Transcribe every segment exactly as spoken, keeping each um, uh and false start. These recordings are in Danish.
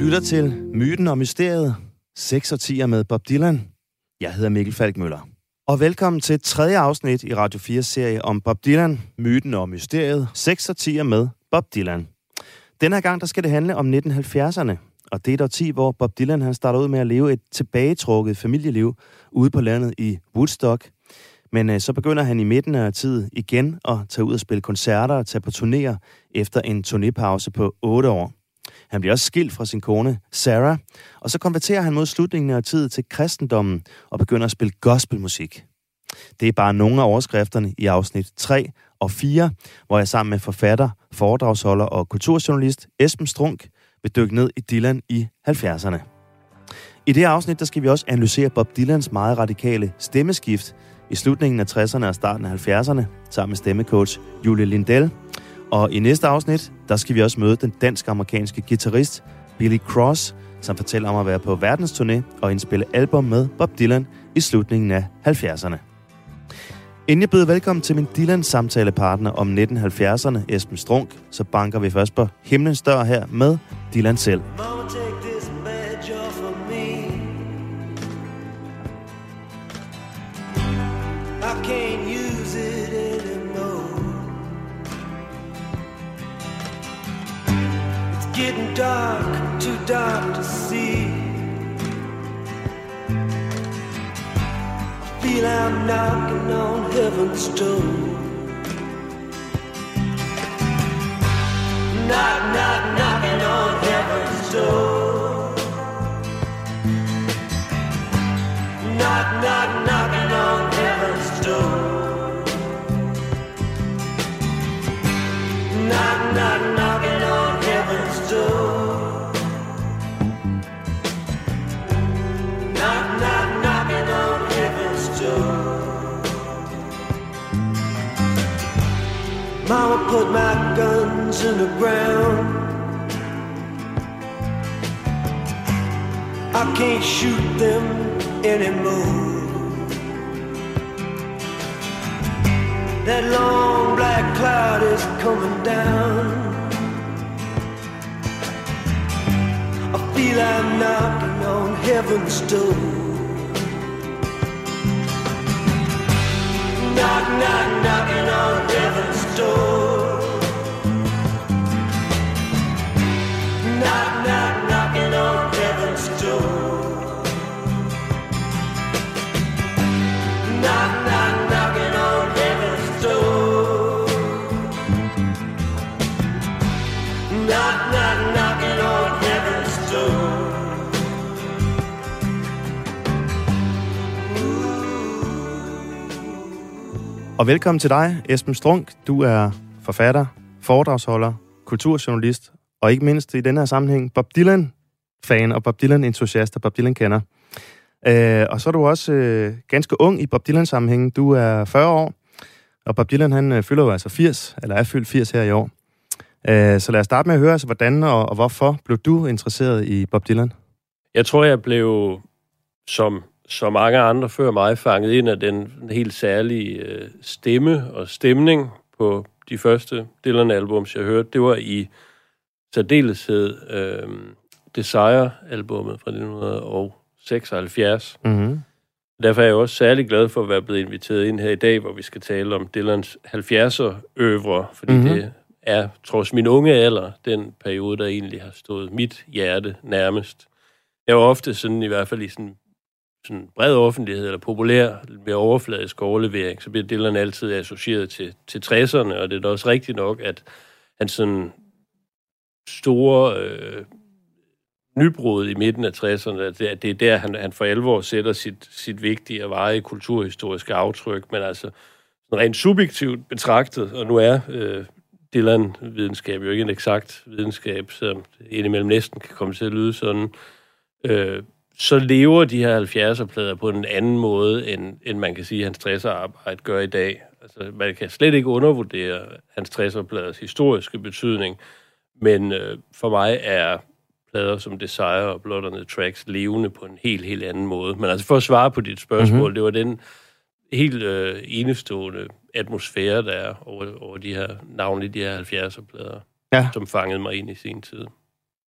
lytter til Myten og Mysteriet, seks årtier med Bob Dylan. Jeg hedder Mikkel Falkmøller. Og velkommen til tredje afsnit i Radio fires serie om Bob Dylan, Myten og Mysteriet, seks årtier med Bob Dylan. Denne gang der skal det handle om nitten halvfjerdserne, og det er et årti, hvor Bob Dylan han starter ud med at leve et tilbagetrukket familieliv ude på landet i Woodstock. Men øh, så begynder han i midten af tiden igen at tage ud og spille koncerter og tage på turnéer efter en turnépause på otte år. Han bliver også skilt fra sin kone, Sarah, og så konverterer han mod slutningen af tiden til kristendommen og begynder at spille gospelmusik. Det er bare nogle af overskrifterne i afsnit tre og fire, hvor jeg sammen med forfatter, foredragsholder og kulturjournalist Esben Strunk vil dykke ned i Dylan i halvfjerdserne. I det her afsnit der skal vi også analysere Bob Dylans meget radikale stemmeskift i slutningen af tresserne og starten af halvfjerdserne, sammen med stemmecoach Julie Lindell. Og i næste afsnit, der skal vi også møde den dansk-amerikanske guitarist Billy Cross, som fortæller om at være på verdensturné og indspille album med Bob Dylan i slutningen af halvfjerdserne. Inden jeg byder velkommen til min Dylan-samtalepartner om nitten halvfjerdserne, Esben Strunk, så banker vi først på himlens dør her med Dylan selv. Getting dark, too dark to see. I feel I'm knocking on heaven's door. Knock, knock, knocking on heaven's door. Knock, knock, knocking on heaven's door. Knock, knock, knocking on heaven's door. Knock, knock, knocking on heaven's door. Mama put my guns in the ground. I can't shoot them anymore. That long black cloud is coming down. I feel I'm knocking on heaven's door. Knock, knock, knocking on heaven's door. Knock, knock, knocking on heaven's door. Knock, knock, knocking on heaven's door. Knock, knock, knocking on heaven's door. Og velkommen til dig, Esben Strunk. Du er forfatter, foredragsholder, kulturjournalist, og ikke mindst i denne her sammenhæng Bob Dylan-fan og Bob Dylan-entusiast og Bob Dylan-kender. Øh, og så er du også øh, ganske ung i Bob Dylan-sammenhængen. Du er fyrre år, og Bob Dylan han øh, fylder jo altså firs, eller er fyldt firs her i år. Øh, så lad os starte med at høre, altså, hvordan og, og hvorfor blev du interesseret i Bob Dylan? Jeg tror, jeg blev, som så mange andre før mig, fanget ind af den helt særlige øh, stemme og stemning på de første Dylan-albums, jeg hørte. Det var i særdeleshed øh, Desire-albummet fra nitten seksoghalvfjerds. Mm-hmm. Derfor er jeg også særlig glad for at være blevet inviteret ind her i dag, hvor vi skal tale om Dylans halvfjerdser-øvre, fordi mm-hmm. det er, trods min unge alder, den periode, der egentlig har stået mit hjerte nærmest. Jeg var ofte sådan, i hvert fald i sådan, sådan bred offentlighed, eller populær, med overfladisk overlevering, så bliver Dylan altid associeret til, til tresserne, og det er da også rigtigt nok, at han sådan store øh, nybrud i midten af tresserne, at det, det er der, han, han for alvor sætter sit, sit vigtige og varige kulturhistoriske aftryk, men altså rent subjektivt betragtet, og nu er øh, Dylan-videnskab jo ikke en eksakt videnskab, som indimellem næsten kan komme til at lyde sådan, øh, så lever de her halvfjerdser-plader på en anden måde, end, end man kan sige, at hans tresser-arbejde gør i dag. Altså, man kan slet ikke undervurdere hans tresser-pladers historiske betydning, men øh, for mig er plader som Desire og Blood on the Tracks levende på en helt, helt anden måde. Men altså for at svare på dit spørgsmål, mm-hmm. det var den helt øh, enestående atmosfære, der er over, over de her navnlige de her halvfjerdser-plader, ja. som fangede mig ind i sin tid.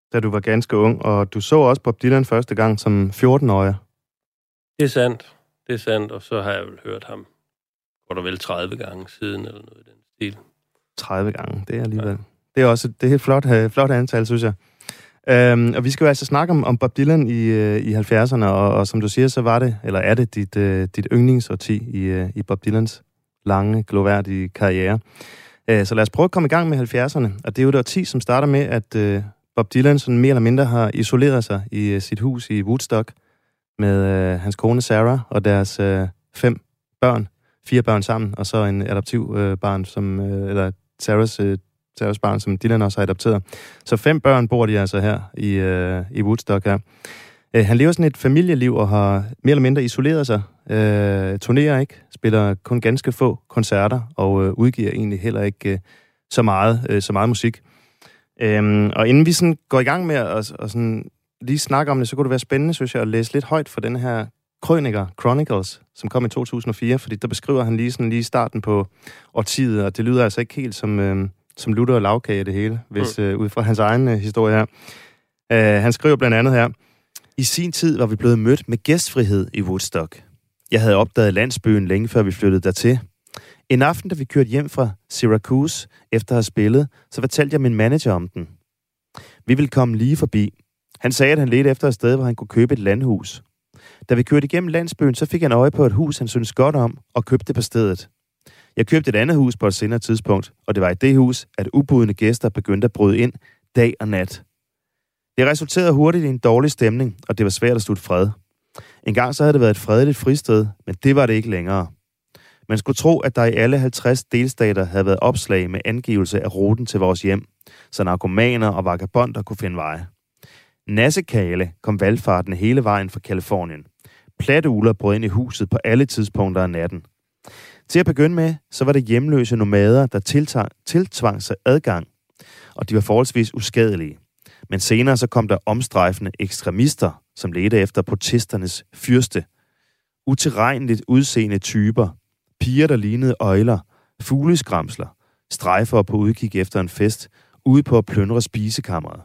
da du var ganske ung, og du så også Bob Dylan første gang som fjorten-årig. Det er sandt. Det er sandt, og så har jeg vel hørt ham godt og vel tredive gange siden, eller noget i den stil. tredive gange, det er alligevel. Ja. Det er også det er et flot, flot antal, synes jeg. Øhm, og vi skal jo altså snakke om, om Bob Dylan i, i halvfjerdserne, og, og som du siger, så var det, eller er det dit, uh, dit yndlingsårti i, i Bob Dylans lange, gloværdige karriere. Uh, så lad os prøve at komme i gang med halvfjerdserne, og det er jo et årti, som starter med, at uh, Bob Dylan sådan mere eller mindre har isoleret sig i uh, sit hus i Woodstock med uh, hans kone Sarah og deres uh, fem børn, fire børn sammen, og så en adoptiv uh, barn, som, uh, eller Sarahs uh, Sarahs barn, som Dylan også har adopteret. Så fem børn bor de altså her i, øh, i Woodstock her. Øh, han lever sådan et familieliv og har mere eller mindre isoleret sig. Øh, turnerer ikke, spiller kun ganske få koncerter og øh, udgiver egentlig heller ikke øh, så, meget, øh, så meget musik. Øh, og inden vi sådan går i gang med at og sådan lige snakke om det, så kunne det være spændende, synes jeg, at læse lidt højt for den her krøniker, Chronicles, som kom i to tusind og fire, fordi der beskriver han lige sådan lige starten på årtiet, og det lyder altså ikke helt som... Øh, som lutter og lavkage det hele, hvis mm. øh, ud fra hans egen øh, historie her. Uh, han skriver blandt andet her: I sin tid var vi blevet mødt med gæstfrihed i Woodstock. Jeg havde opdaget landsbyen længe før vi flyttede dertil. En aften, da vi kørte hjem fra Syracuse efter at have spillet, så fortalte jeg min manager om den. Vi ville komme lige forbi. Han sagde, at han ledte efter et sted, hvor han kunne købe et landhus. Da vi kørte igennem landsbyen, så fik han øje på et hus, han syntes godt om, og købte det på stedet. Jeg købte et andet hus på et senere tidspunkt, og det var i det hus, at ubudne gæster begyndte at bryde ind dag og nat. Det resulterede hurtigt i en dårlig stemning, og det var svært at slutte fred. En gang så havde det været et fredeligt fristed, men det var det ikke længere. Man skulle tro, at der i alle halvtreds delstater havde været opslag med angivelse af ruten til vores hjem, så narkomaner og vagabonder kunne finde veje. Nassekale kom valgfartende hele vejen fra Kalifornien. Platugler brød ind i huset på alle tidspunkter af natten. Til at begynde med, så var det hjemløse nomader, der tiltang, tiltvang sig adgang, og de var forholdsvis uskadelige. Men senere så kom der omstrejfende ekstremister, som ledte efter protesternes fyrste. Utilregneligt udseende typer, piger, der lignede øgler, fugleskramsler, strejfer på udkig efter en fest, ude på at plyndre spisekammeret.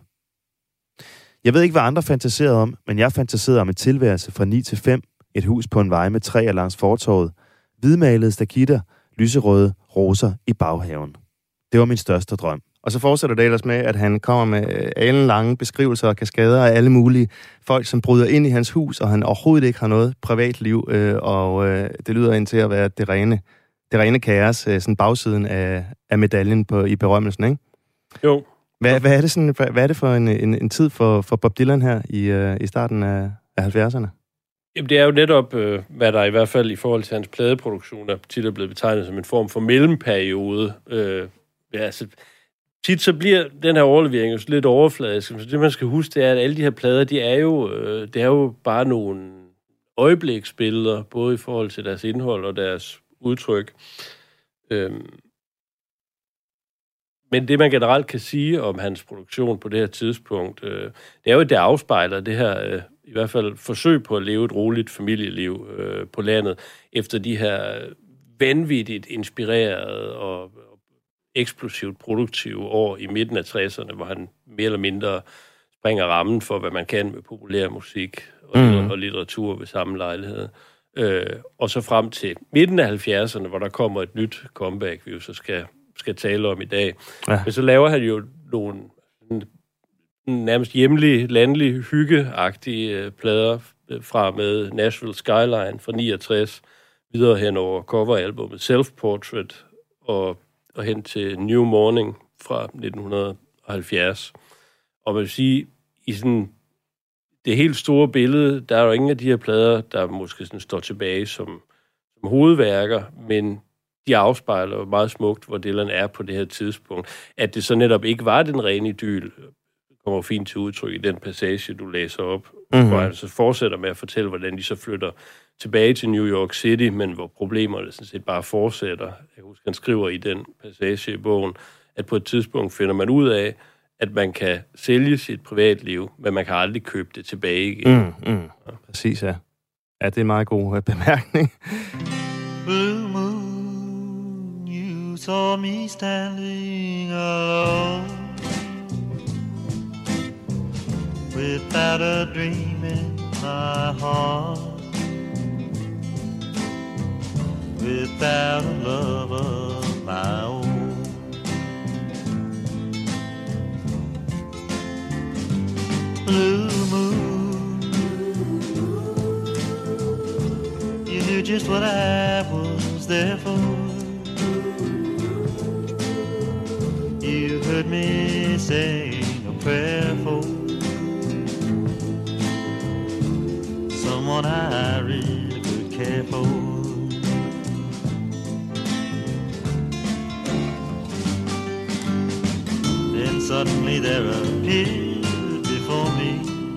Jeg ved ikke, hvad andre fantaserede om, men jeg fantaserede om en tilværelse fra ni til fem, et hus på en vej med træer langs fortovet, hvidmalede stakitter, lyserøde roser i baghaven. Det var min største drøm. Og så fortsætter det ellers med, at han kommer med alle lange beskrivelser og kaskader af alle mulige folk, som bryder ind i hans hus, og han overhovedet ikke har noget privatliv, øh, og øh, det lyder ind til at være det rene, det rene kaos, øh, sådan bagsiden af, af medaljen på, i berømmelsen, ikke? Jo. Hvad, hvad, er, det sådan, hvad er det for en, en, en tid for, for Bob Dylan her i, øh, i starten af, af halvfjerdserne? Jamen, det er jo netop, øh, hvad der i hvert fald i forhold til hans pladeproduktion er tit er blevet betegnet som en form for mellemperiode. Øh, ja, altså, tit så bliver den her overlevering jo lidt overfladisk. Så det, man skal huske, det er, at alle de her plader, de er jo, øh, det er jo bare nogle øjebliksbilleder, både i forhold til deres indhold og deres udtryk. Øh, Men det, man generelt kan sige om hans produktion på det her tidspunkt, øh, det er jo, at det afspejler det her, øh, i hvert fald forsøg på at leve et roligt familieliv øh, på landet, efter de her vanvittigt inspirerede og eksplosivt produktive år i midten af tresserne, hvor han mere eller mindre springer rammen for, hvad man kan med populær musik og, mm. og litteratur ved samme lejlighed. Øh, og så frem til midten af halvfjerdserne, hvor der kommer et nyt comeback, vi jo så skal... skal tale om i dag. Ja. Men så laver han jo nogle nærmest hjemlige, landlige, hyggeagtige øh, plader fra med Nashville Skyline fra niogtres, videre hen over coveralbummet Self-Portrait og, og hen til New Morning fra nitten halvfjerds. Og man vil sige, i sådan det helt store billede, der er jo ingen af de her plader, der måske sådan står tilbage som, som hovedværker, men de afspejler jo meget smukt, hvor Dylan er på det her tidspunkt. At det så netop ikke var den rene idyl, kommer fint til udtryk i den passage, du læser op, mm-hmm. hvor han så fortsætter med at fortælle, hvordan de så flytter tilbage til New York City, men hvor problemerne sådan set bare fortsætter. Jeg husker, han skriver i den passage i bogen, at på et tidspunkt finder man ud af, at man kan sælge sit privatliv, men man kan aldrig købe det tilbage igen. Mm, mm. Ja. Præcis, ja. Ja, det er en meget god uh, bemærkning. Blue moon, you saw me standing alone. without a dream in my heart, without a love of my own. Blue moon, you knew just what I was there for. You heard me sing a prayer for someone I really could care for. Then suddenly there appeared before me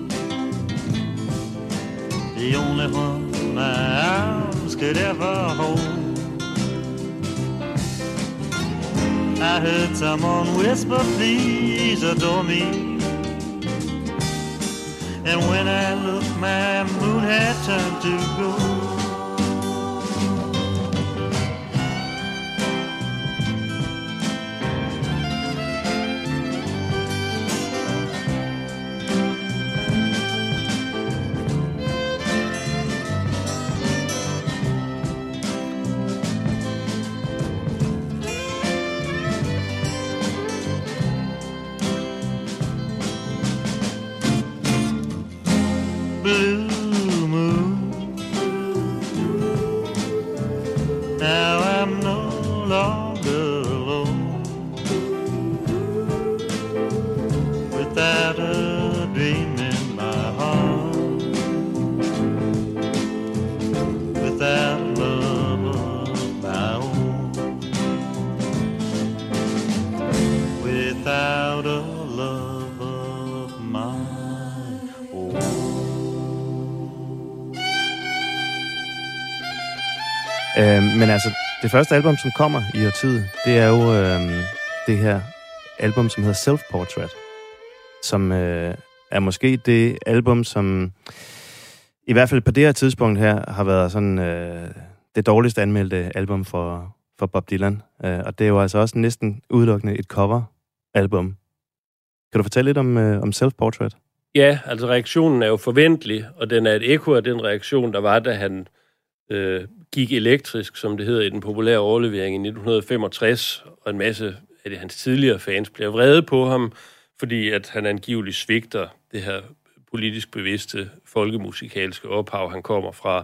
the only one my arms could ever hold. I heard someone whisper, please adore me. And when I looked, my moon had turned to gold. Blue moon, now I'm no longer alone, without a dream in my heart, without a love of my own, without a love of my own. Øh, men altså, det første album, som kommer i årtiet, det er jo øh, det her album, som hedder Self Portrait, som øh, er måske det album, som i hvert fald på det her tidspunkt her, har været sådan øh, det dårligst anmeldte album for, for Bob Dylan. Øh, og det er jo altså også næsten udelukkende et cover-album. Kan du fortælle lidt om, øh, om Self Portrait? Ja, altså reaktionen er jo forventelig, og den er et ekko af den reaktion, der var, da han øh, gik elektrisk, som det hedder i den populære overlevering i nitten femogtres, og en masse af de, hans tidligere fans bliver vrede på ham, fordi at han angiveligt svigter det her politisk bevidste folkemusikalske ophav, han kommer fra.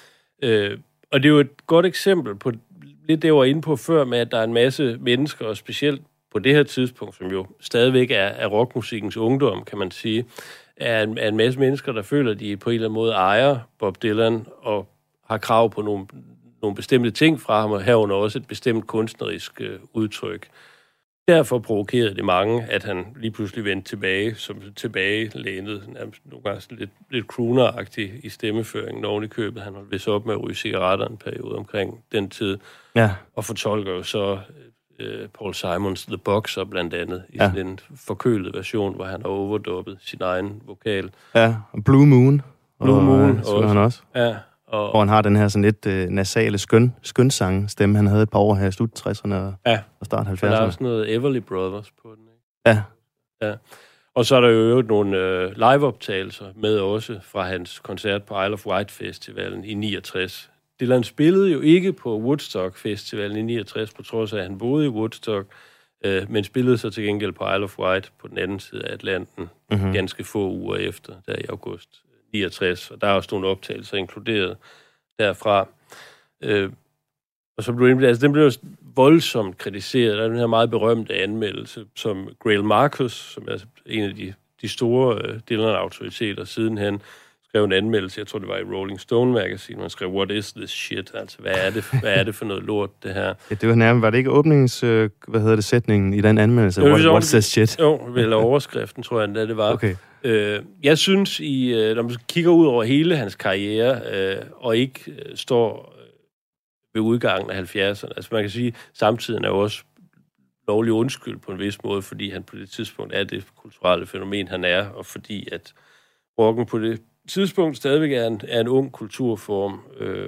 Øh, og det er jo et godt eksempel på lidt det, jeg var inde på før, med at der er en masse mennesker, og specielt på det her tidspunkt, som jo stadigvæk er, er rockmusikkens ungdom, kan man sige, er en, er en masse mennesker, der føler, at de på en eller anden måde ejer Bob Dylan, og har krav på nogle, nogle bestemte ting fra ham, og herunder også et bestemt kunstnerisk øh, udtryk. Derfor provokerede det mange, at han lige pludselig vendte tilbage, som tilbagelænet, nærmest nogle gange lidt, lidt crooner-agtig i stemmeføringen oven i købet. Han holdt vist op med at ryge cigaretter en periode omkring den tid, ja. Og fortolker jo så øh, Paul Simons The Boxer blandt andet, i ja. sådan en forkølet version, hvor han har overdubbet sin egen vokal. Ja, og Blue Moon. Blue og, Moon også. Han også. Ja. Og, hvor han har den her sådan lidt øh, nasale skøn, skønsang stemme, han havde et par år her i slut tresserne og, ja. og start halvfjerdserne. Der er også noget Everly Brothers på den, ikke? Ja. Ja. Og så er der jo øvrigt nogle øh, liveoptagelser med også fra hans koncert på Isle of Wight Festivalen i niogtres. Dylan spillede jo ikke på Woodstock Festivalen i niogtres, på trods af, at han boede i Woodstock, øh, men spillede så til gengæld på Isle of Wight på den anden side af Atlanten, mm-hmm. ganske få uger efter, der i august niogtres, og der er også nogle optagelser inkluderet derfra. Øh, og så blev den, altså, den blev voldsomt kritiseret. Der er den her meget berømte anmeldelse, som Greil Marcus, som er en af de, de store uh, Dylan-autoriteter sidenhen, skrev en anmeldelse, jeg tror det var i Rolling Stone Magazine, man skrev, what is this shit? Altså, hvad er det, hvad er det for noget lort, det her? Ja, det var nærmest, var det ikke åbnings, øh, hvad hedder det, sætningen i den anmeldelse? Jo, what, what's this shit? Jo, eller overskriften, tror jeg, det var. Okay. Øh, jeg synes, i, øh, når man kigger ud over hele hans karriere, øh, og ikke øh, står øh, ved udgangen af halvfjerdserne, altså man kan sige, samtiden er jo også lovlig undskyld på en vis måde, fordi han på det tidspunkt er det kulturelle fænomen, han er, og fordi at rocken på det tidspunkt stadigvæk er en, er en ung kulturform. Øh,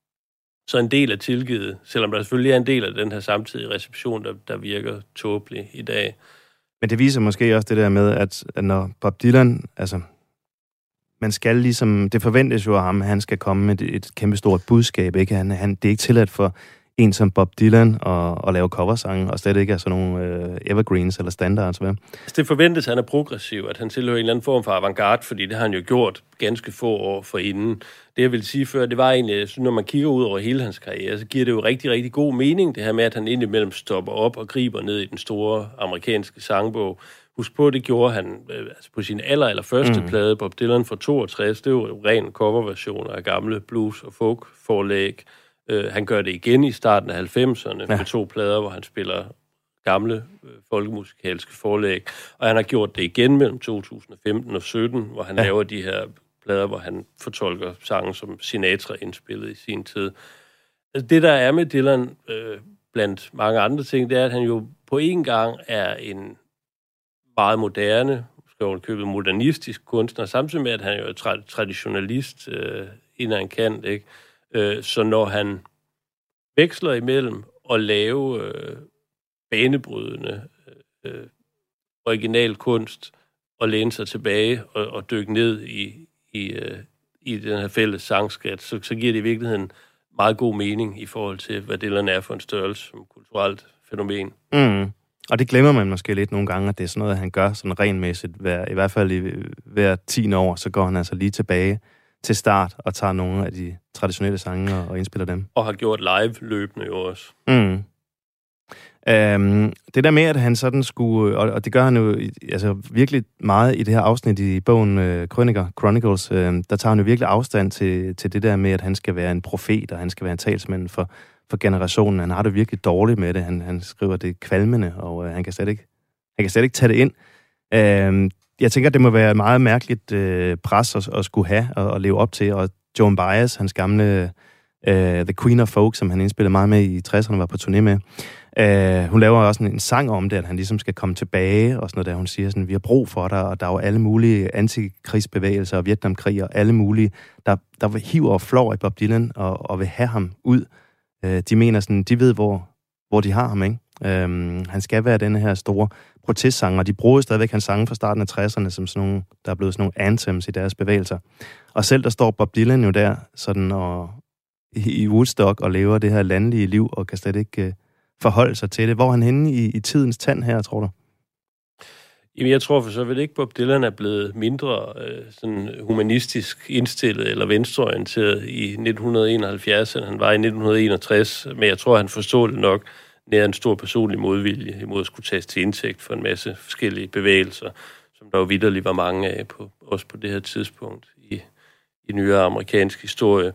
så en del er tilgivet, selvom der selvfølgelig er en del af den her samtidige reception, der, der virker tåbelig i dag. Men det viser måske også det der med, at, at når Bob Dylan, altså man skal ligesom, det forventes jo af ham, at han skal komme med et, et kæmpestort budskab, ikke? Han, han, det er ikke tilladt for en som Bob Dylan og, og lave coversange, og slet ikke er sådan nogle øh, evergreens eller standards, hvad? Det forventes, at han er progressiv, at han tilhører en eller anden form for avantgarde, fordi det har han jo gjort ganske få år forinden. Det jeg vil sige før, det var egentlig, når man kigger ud over hele hans karriere, så giver det jo rigtig, rigtig god mening, det her med, at han indimellem stopper op og griber ned i den store amerikanske sangbog. Husk på, det gjorde han øh, altså på sin aller, aller første mm. plade, Bob Dylan fra toogtres. Det er jo ren coverversioner af gamle blues- og folk-forlæg. Uh, han gør det igen i starten af halvfemserne ja. med to plader, hvor han spiller gamle uh, folkemusikalske forlæg. Og han har gjort det igen mellem to tusind og femten og sytten, hvor han ja. laver de her plader, hvor han fortolker sange, som Sinatra indspillede i sin tid. Altså, det, der er med Dylan, uh, blandt mange andre ting, det er, at han jo på en gang er en meget moderne, måske ovenikøbet modernistisk kunstner, samtidig med, at han er jo tra- traditionalist uh, ind ad en kant, ikke? Så når han veksler imellem at lave øh, banebrydende øh, original kunst og læne sig tilbage og, og dykke ned i, i, øh, i den her fælles sangskat, så, så giver det i virkeligheden meget god mening i forhold til, hvad Dylan er for en størrelse som kulturelt fænomen. Mm. Og det glemmer man måske lidt nogle gange, at det er sådan noget, han gør sådan renmæssigt. Hver, I hvert fald i hver tiende år, så går han altså lige tilbage til start og tager nogle af de traditionelle sange og, og indspiller dem. Og har gjort live løbende jo også. Mm. Øhm, det der med, at han sådan skulle, og, og det gør han jo altså, virkelig meget i det her afsnit i bogen øh, Krøniker, Chronicles, øh, der tager han jo virkelig afstand til, til det der med, at han skal være en profet, og han skal være en talsmand for, for generationen. Han har det virkelig dårligt med det. Han, han skriver det kvalmende, og øh, han, kan slet ikke, han kan slet ikke tage det ind. Øh, Jeg tænker, det må være et meget mærkeligt øh, pres at, at skulle have og at leve op til. Og Joan Baez, hans gamle øh, The Queen of Folk, som han indspillede meget med i tresserne, var på turné med. Øh, hun laver også en, en sang om det, at han ligesom skal komme tilbage, og sådan noget der. Hun siger sådan, vi har brug for dig, og der er jo alle mulige antikrigsbevægelser og Vietnamkrig og alle mulige, der, der hiver og flår i Bob Dylan og, og vil have ham ud. Øh, de mener sådan, de ved, hvor, hvor de har ham, ikke? Øhm, han skal være denne her store protestsanger, og de bruger stadigvæk hans sange fra starten af tresserne, som sådan nogle, der er blevet sådan nogle anthems i deres bevægelser. Og selv der står Bob Dylan jo der sådan og, i, i Woodstock og lever det her landlige liv, og kan slet ikke uh, forholde sig til det. Hvor er han henne i, i tidens tand her, tror du? Jamen, jeg tror for så vidt ikke, Bob Dylan er blevet mindre øh, sådan humanistisk indstillet eller venstreorienteret i nitten enoghalvfjerds, end han var i nitten enogtres, men jeg tror, han forstod det nok nær en stor personlig modvilje imod at skulle tages til indtægt for en masse forskellige bevægelser, som der jo vitterligt var mange af, på, også på det her tidspunkt i, i nyere amerikansk historie.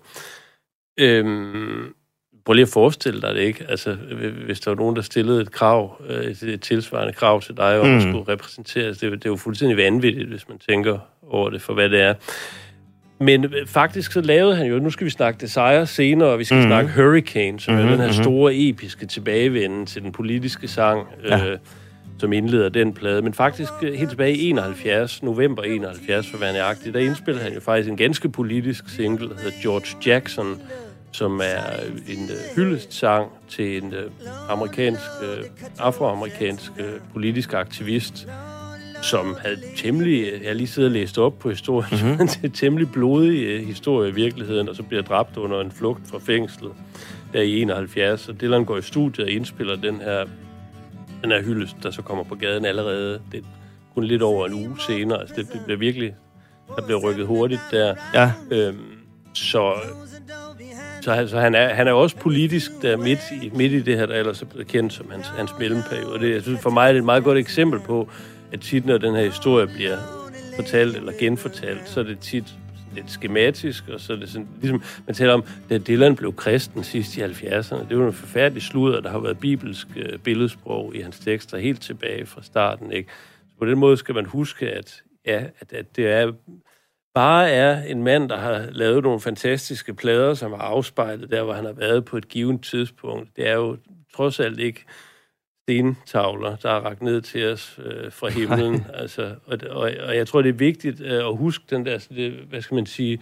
Øhm, prøv lige at forestille dig det, ikke? Altså, hvis der var nogen, der stillede et krav, et, et tilsvarende krav til dig, om mm. at skulle repræsenteres, det, det er jo fuldstændig vanvittigt, hvis man tænker over det for, hvad det er. Men faktisk så lavede han jo, nu skal vi snakke Desire senere, og vi skal mm. snakke Hurricane, som mm-hmm, er den her store, episke tilbagevenden til den politiske sang, ja. øh, som indleder den plade. Men faktisk helt tilbage i enoghalvfjerds, november enoghalvfjerds for at være nøjagtig, der indspillede han jo faktisk en ganske politisk single, der hedder George Jackson, som er en uh, hyldestsang til en uh, amerikansk, uh, afroamerikansk uh, politisk aktivist, som havde temmelig, jeg lige siddet og læst op på historien, mm-hmm. til temmelig blodig uh, historie i virkeligheden, og så bliver dræbt under en flugt fra fængslet der i enoghalvfjerds. Og Dylan går i studiet og indspiller den her, den her hyldest, der så kommer på gaden allerede. Det er kun lidt over en uge senere. Altså, det, det bliver virkelig, der bliver rykket hurtigt der. Ja. Øhm, så så, altså, han, er, han er også politisk der midt i, midt i det her, der ellers er blevet kendt som hans, hans mellemperiode. Det, jeg synes, for mig er det et meget godt eksempel på, at tit, når den her historie bliver fortalt eller genfortalt, så er det tit lidt skematisk, og så er det sådan, ligesom man taler om, da Dylan blev kristen sidst i halvfjerdserne, det var en forfærdelig sludder, der har været bibelsk øh, billedsprog i hans tekster helt tilbage fra starten, ikke? Så på den måde skal man huske, at, ja, at, at det er bare er en mand, der har lavet nogle fantastiske plader, som har afspejlet der, hvor han har været på et givet tidspunkt. Det er jo trods alt ikke stentavler, der er rakt ned til os øh, fra himlen. Altså, og, og, og jeg tror, det er vigtigt øh, at huske den der, det, hvad skal man sige,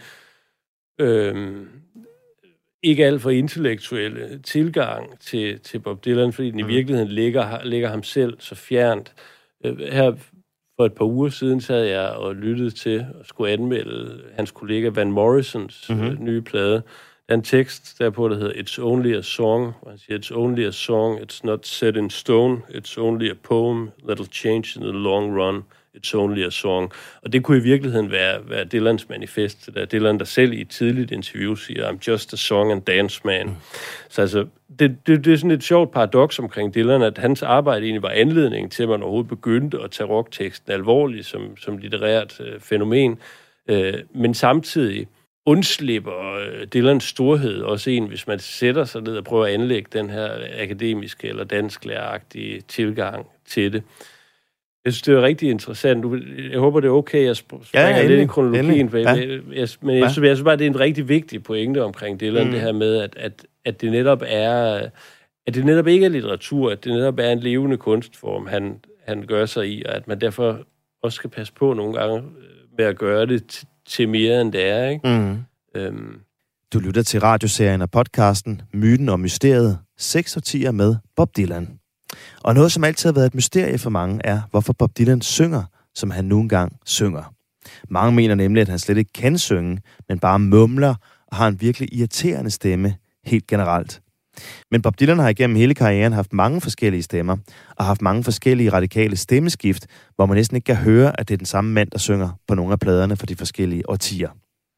øh, ikke alt for intellektuelle tilgang til, til Bob Dylan, fordi den i virkeligheden ligger, ligger ham selv så fjernt. Øh, her For et par uger siden sad jeg og lyttede til og skulle anmelde hans kollega Van Morrisons mm-hmm. øh, nye plade. Der er en tekst derpå, der hedder It's only a song. Og han siger, It's only a song, it's not set in stone, it's only a poem that'll change in the long run. It's only a song. Og det kunne i virkeligheden være, være Dylans manifest. Der er Dylan, der selv i et tidligt interview siger, I'm just a song and dance man. Mm. Så altså, det, det, det er sådan et sjovt paradoks omkring Dylan, at hans arbejde egentlig var anledningen til, at man overhovedet begyndte at tage rockteksten alvorligt som, som litterært øh, fænomen. Øh, men samtidig undslipper øh, Dylans storhed også en, hvis man sætter sig ned og prøver at anlægge den her akademiske eller dansklæragtige tilgang til det. Jeg synes, det er rigtig interessant. Jeg håber, det er okay, jeg springer ja, lidt i kronologien. Ja. Jeg, jeg, men jeg synes, jeg synes bare, det er en rigtig vigtig pointe omkring Dylan, mm. det her med, at, at, at det netop er, at det netop ikke er litteratur, at det netop er en levende kunstform, han, han gør sig i, og at man derfor også skal passe på nogle gange med at gøre det t- til mere, end det er. Ikke? Mm. Øhm. Du lytter til radioserien og podcasten Myten og Mysteriet, seks årtier med Bob Dylan. Og noget, som altid har været et mysterie for mange, er, hvorfor Bob Dylan synger, som han nu engang synger. Mange mener nemlig, at han slet ikke kan synge, men bare mumler og har en virkelig irriterende stemme helt generelt. Men Bob Dylan har igennem hele karrieren haft mange forskellige stemmer, og haft mange forskellige radikale stemmeskift, hvor man næsten ikke kan høre, at det er den samme mand, der synger på nogle af pladerne for de forskellige årtier.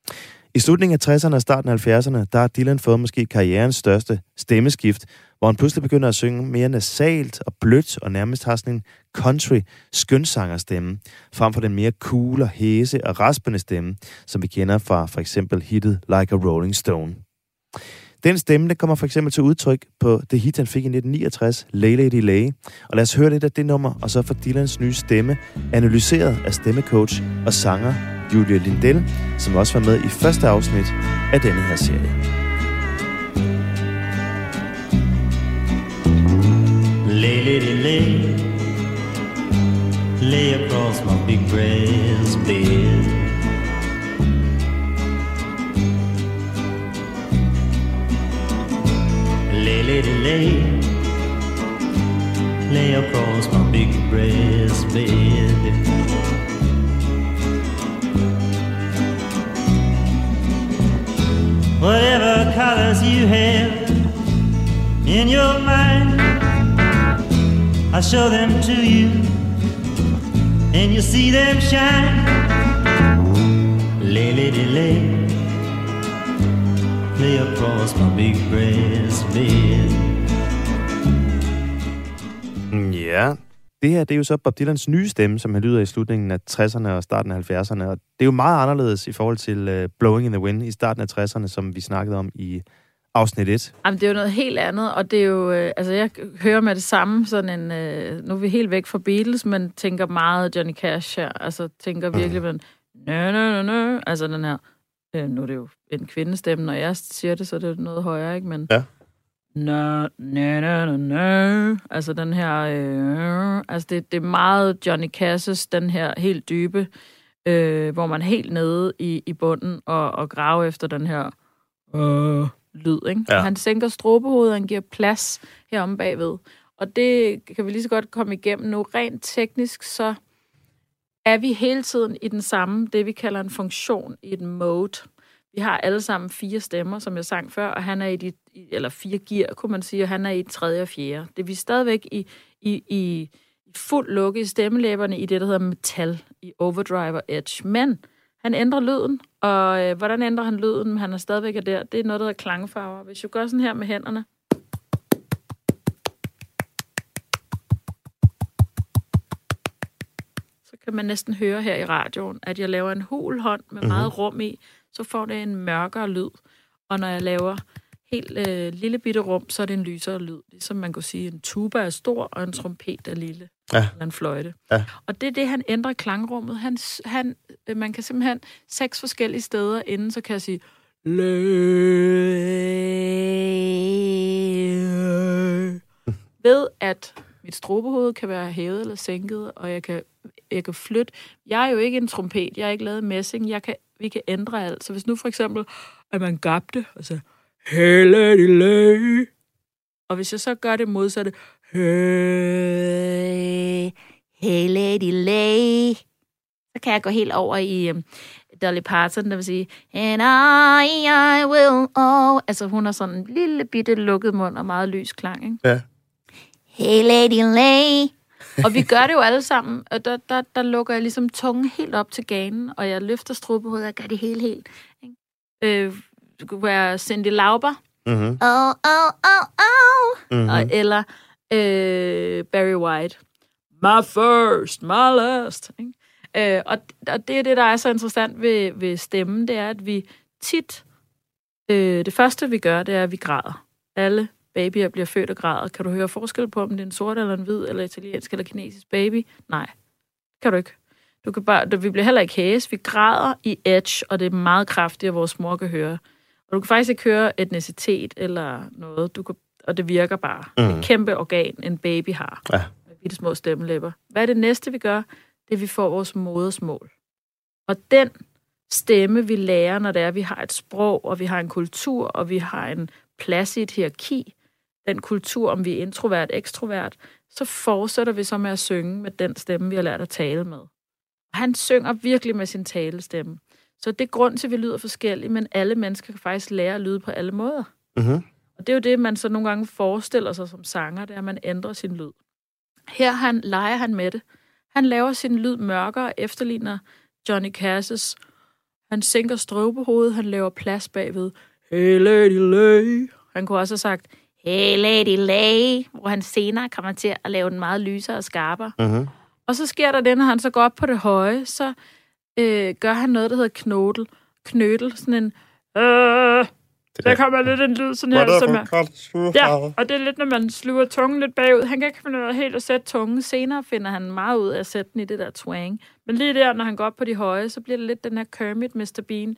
I slutningen af tresserne og starten af halvfjerdserne, der har Dylan fået måske karrierens største stemmeskift, hvor han pludselig begynder at synge mere nasalt og blødt og nærmest har sådan en country skønsangerstemme, frem for den mere cool og hæse og raspende stemme, som vi kender fra for eksempel hittet Like a Rolling Stone. Den stemme, den kommer for eksempel til udtryk på det hit, han fik i nitten niogtres, Lay Lady Lay. Og lad os høre lidt af det nummer, og så få Dylans nye stemme analyseret af stemmecoach og sanger Julia Lindell, som også var med i første afsnit af denne her serie. Lay, lady, lay, lay across my big brass bed. Lay, lady, lay, lay across my big brass bed. Whatever colors you have in your mind, I show them to you, and you see them shine. Lay, lady, lay, lay across my big brass bed. Ja, det her det er jo så Bob Dylans nye stemme, som han lyder i slutningen af tresserne og starten af halvfjerdserne. Og det er jo meget anderledes i forhold til uh, Blowing in the Wind i starten af tresserne, som vi snakkede om i afsnit et. Jamen, det er jo noget helt andet, og det er jo, øh, altså jeg hører med det samme, sådan en, øh, nu er vi helt væk fra Beatles, men tænker meget Johnny Cash her, altså tænker virkelig, men nø, nø, nø, nø, altså den her, øh, nu er det jo en kvindestemme, når jeg siger det, så er det noget højere, ikke, men ja. Nø, nø, nø, nø, nø, altså den her, øh, altså det, det er meget Johnny Cash's, den her helt dybe, øh, hvor man er helt nede i, i bunden og, og graver efter den her, øh, lyd, ikke? Ja. Han sænker strobehovedet, og han giver plads heromme bagved. Og det kan vi lige så godt komme igennem nu. Rent teknisk, så er vi hele tiden i den samme, det vi kalder en funktion, i et mode. Vi har alle sammen fire stemmer, som jeg sang før, og han er i de, eller fire gear, kunne man sige, og han er i tredje og fjerde. Det er vi stadigvæk i, i, i fuld lukke i stemmelæberne i det, der hedder metal, i overdrive og edge. Men han ændrer lyden, og øh, hvordan ændrer han lyden? Han er stadigvæk der. Det er noget, der hedder klangfarver. Hvis jeg gør sådan her med hænderne, så kan man næsten høre her i radioen, at jeg laver en hul hånd med meget mm-hmm. rum i, så får det en mørkere lyd. Og når jeg laver helt øh, lille bitte rum, så er det en lysere lyd. Ligesom man kunne sige, en tuba er stor, og en trompet er lille. Ja. Eller en fløjte. Ja. Og det er det, han ændrer klangrummet. Han, han, man kan simpelthen seks forskellige steder inden, så kan jeg sige ved at mit strobehoved kan være hævet eller sænket, og jeg kan, jeg kan flytte. Jeg er jo ikke en trompet, jeg har ikke lavet messing, jeg kan, vi kan ændre alt. Så hvis nu for eksempel, at man gabte, og så hey lady lay, og hvis jeg så gør det modsatte, hey, hey lady lay, kan jeg gå helt over i um, Dolly Parton, der vil sige, and I, I will, oh. Altså, hun har sådan en lille bitte lukket mund og meget lys klang, ikke? Ja. Hey, lady, lay. Og vi gør det jo alle sammen, og der, der, der lukker jeg ligesom tungen helt op til ganen, og jeg løfter strubehovedet og gør det helt, helt. Ikke? Øh, det kunne være Cyndi Lauper. Mm-hmm. Oh, oh, oh, oh. Mm-hmm. Og, eller øh, Barry White. My first, my last. Ikke? Øh, og, og det er det, der er så interessant ved, ved stemmen, det er, at vi tit, øh, det første vi gør, det er, at vi græder. Alle babyer bliver født og græder. Kan du høre forskel på, om det er en sort eller en hvid, eller italiensk eller kinesisk baby? Nej, kan du ikke. Du kan bare, vi bliver heller ikke hæs. Vi græder i edge, og det er meget kraftigt, at vores mor kan høre. Og du kan faktisk ikke høre etnicitet eller noget, du kan, og det virker bare. Mm. Et kæmpe organ, en baby har. Ja. Med bitte små stemmelæber. Hvad er det næste, vi gør? Det er, vi får vores modersmål. Og den stemme, vi lærer, når det er, at vi har et sprog, og vi har en kultur, og vi har en plads i et hierarki, den kultur, om vi er introvert, ekstrovert, så fortsætter vi så med at synge med den stemme, vi har lært at tale med. Og han synger virkelig med sin talestemme. Så det er grund til, at vi lyder forskelligt, men alle mennesker kan faktisk lære at lyde på alle måder. Mm-hmm. Og det er jo det, man så nogle gange forestiller sig som sanger, det er, at man ændrer sin lyd. Her han, leger han med det. Han laver sin lyd mørkere og efterligner Johnny Cash's. Han sænker strøbehovedet, han laver plads bagved. Hey lady lay. Han kunne også have sagt, hey lady lay, hvor han senere kommer til at lave den meget lysere og skarpere. Mm-hmm. Og så sker der det, når han så går op på det høje, så øh, gør han noget, der hedder knodel. Knødel, sådan en... Øh, der kommer lidt en lyd sådan her, som er... Ja, og det er lidt, når man sluger tungen lidt bagud. Han kan ikke finde ud af helt at sætte tungen. Senere finder han meget ud af at sætte den i det der twang. Men lige der, når han går op på de høje, så bliver det lidt den her Kermit, mister Bean.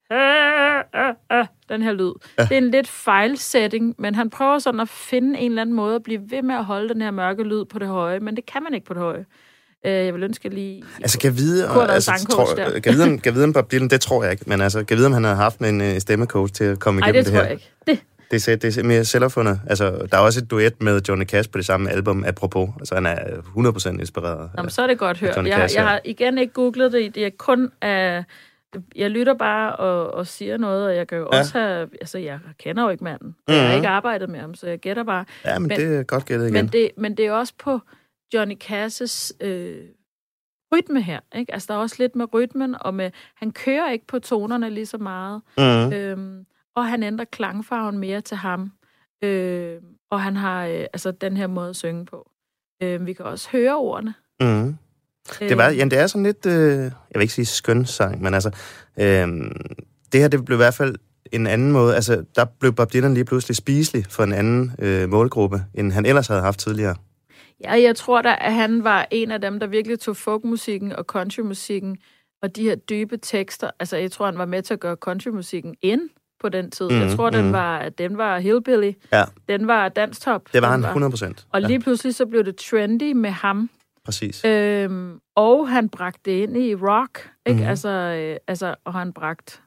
Øh, øh, øh, den her lyd. Ja. Det er en lidt fejlsætning, men han prøver sådan at finde en eller anden måde at blive ved med at holde den her mørke lyd på det høje, men det kan man ikke på det høje. Jeg vil ønske lige... Altså, kan vide, og, altså, tror, kan vide, kan vide om Bob Dylan, det tror jeg ikke, men altså, kan vide, om han har haft en uh, stemmecoach til at komme igennem det her. Nej, det tror jeg ikke. Det. Det, det er mere selvopfundet. Altså, der er også et duet med Johnny Cash på det samme album, apropos. Altså, han er hundrede procent inspireret. Jamen, så er det godt hørt. Jeg, jeg har igen ikke googlet det. Det er kun... Uh, jeg lytter bare og, og siger noget, og jeg kan jo ja. også have... Altså, jeg kender jo ikke manden. Mm-hmm. Jeg har ikke arbejdet med ham, så jeg gætter bare. Ja, men, men det er godt gættet igen. Men det, men det er også på Johnny Cash's... Øh, rytme her, ikke? Altså, der er også lidt med rytmen, og med, han kører ikke på tonerne lige så meget. Mm. Øhm, og han ændrer klangfarven mere til ham. Øh, og han har øh, altså den her måde at synge på. Øh, vi kan også høre ordene. Mm. Øh, det, var, jamen, det er sådan lidt, øh, jeg vil ikke sige skøn sang, men altså, øh, det her, det blev i hvert fald en anden måde. Altså, der blev Bob Dylan lige pludselig spiselig for en anden øh, målgruppe, end han ellers havde haft tidligere. Ja, jeg tror da, at han var en af dem, der virkelig tog folkmusikken og countrymusikken og de her dybe tekster. Altså, jeg tror, han var med til at gøre countrymusikken ind på den tid. Mm, jeg tror, mm. den var den var hillbilly. Ja. Den var danstop. Det var han hundrede procent. Og lige ja. pludselig så blev det trendy med ham. Præcis. Øhm, og han bragte det ind i rock, ikke? Mm. Altså, øh, altså, og han bragte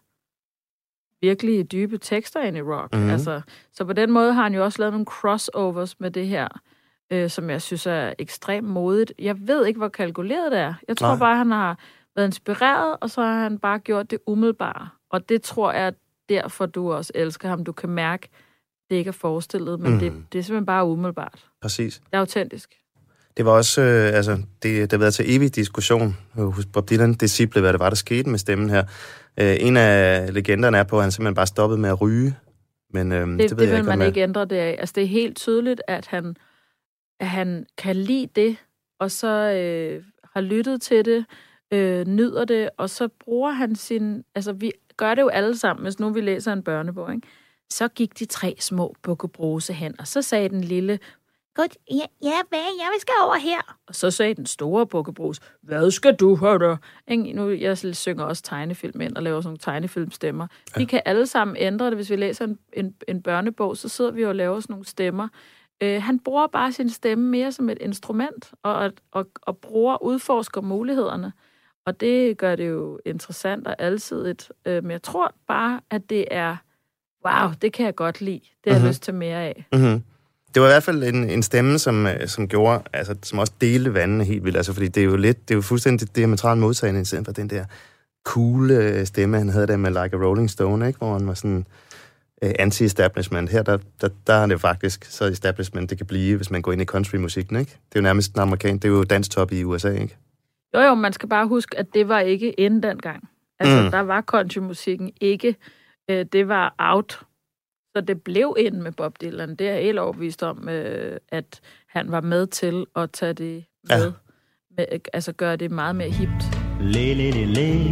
virkelig dybe tekster ind i rock. Mm. Altså, så på den måde har han jo også lavet nogle crossovers med det her. Øh, som jeg synes er ekstremt modigt. Jeg ved ikke, hvor kalkuleret det er. Jeg tror Nej. bare, han har været inspireret, og så har han bare gjort det umiddelbare. Og det tror jeg, derfor du også elsker ham. Du kan mærke, det ikke er forestillet, men mm. det, det er simpelthen bare umiddelbart. Præcis. Det er autentisk. Det var også, øh, altså, det, det har været til evig diskussion hos Bob Dylan, disciple, hvad det var, der skete med stemmen her. Øh, en af legenderne er på, at han simpelthen bare stoppede med at ryge. Men øh, det, det, det ved det jeg vil ikke, man ikke ændre det af. Altså, det er helt tydeligt, at han at han kan lide det, og så øh, har lyttet til det, øh, nyder det, og så bruger han sin... Altså, vi gør det jo alle sammen, hvis nu vi læser en børnebog, ikke? Så gik de tre små bukkebruse hen, og så sagde den lille, godt, ja, ja, hvad, jeg skal over her. Og så sagde den store bukkebrus, hvad skal du høre? Nu, jeg synger også tegnefilm ind og laver sådan nogle tegnefilmstemmer. Ja. Vi kan alle sammen ændre det, hvis vi læser en, en, en børnebog, så sidder vi og laver sådan nogle stemmer. Uh, han bruger bare sin stemme mere som et instrument, og, og, og bruger, udforsker mulighederne. Og det gør det jo interessant og alsidigt. Uh, men jeg tror bare, at det er, wow, det kan jeg godt lide. Det har jeg mm-hmm. lyst til mere af. Mm-hmm. det var i hvert fald en, en stemme, som, som gjorde, altså, som også delte vandene helt vildt, altså, fordi det er jo lidt, det er jo fuldstændig diametralt modtagende, i stedet for den der cool stemme, han havde der med Like a Rolling Stone, ikke? Hvor han var sådan uh, anti-establishment. Her, der, der, der er det jo faktisk så establishment, det kan blive, hvis man går ind i country-musikken, ikke? Det er jo nærmest en amerikan, det er jo danstop i U S A, ikke? Jo, jo, man skal bare huske, at det var ikke inden dengang. Altså, mm. der var countrymusikken ikke, øh, det var out. Så det blev ind med Bob Dylan. Det er jeg helt overbevist om, øh, at han var med til at tage det med. Ja. med altså gøre det meget mere hipt. Lay, lay, lay, lay.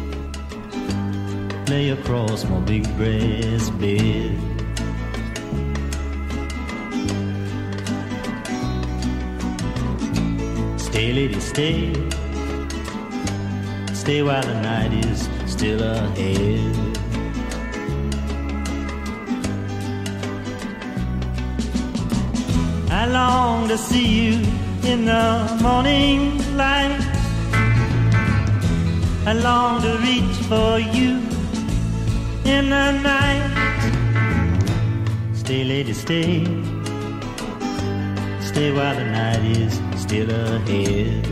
Lay across my big breast bed. Stay, lady, stay. Stay while the night is still ahead. I long to see you in the morning light. I long to reach for you in the night. Stay, lady, stay. Stay while the night is still ahead.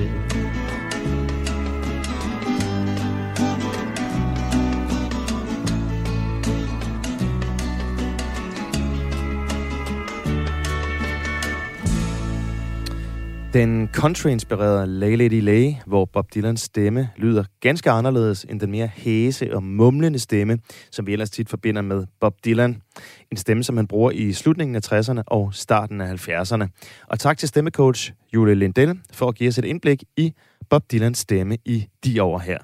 Den country-inspirerede Lay Lady Lay, hvor Bob Dylans stemme lyder ganske anderledes end den mere hæse og mumlende stemme, som vi ellers tit forbinder med Bob Dylan. En stemme, som han bruger i slutningen af tresserne og starten af halvfjerdserne. Og tak til stemmecoach Julie Lindell for at give os et indblik i Bob Dylans stemme i de år her.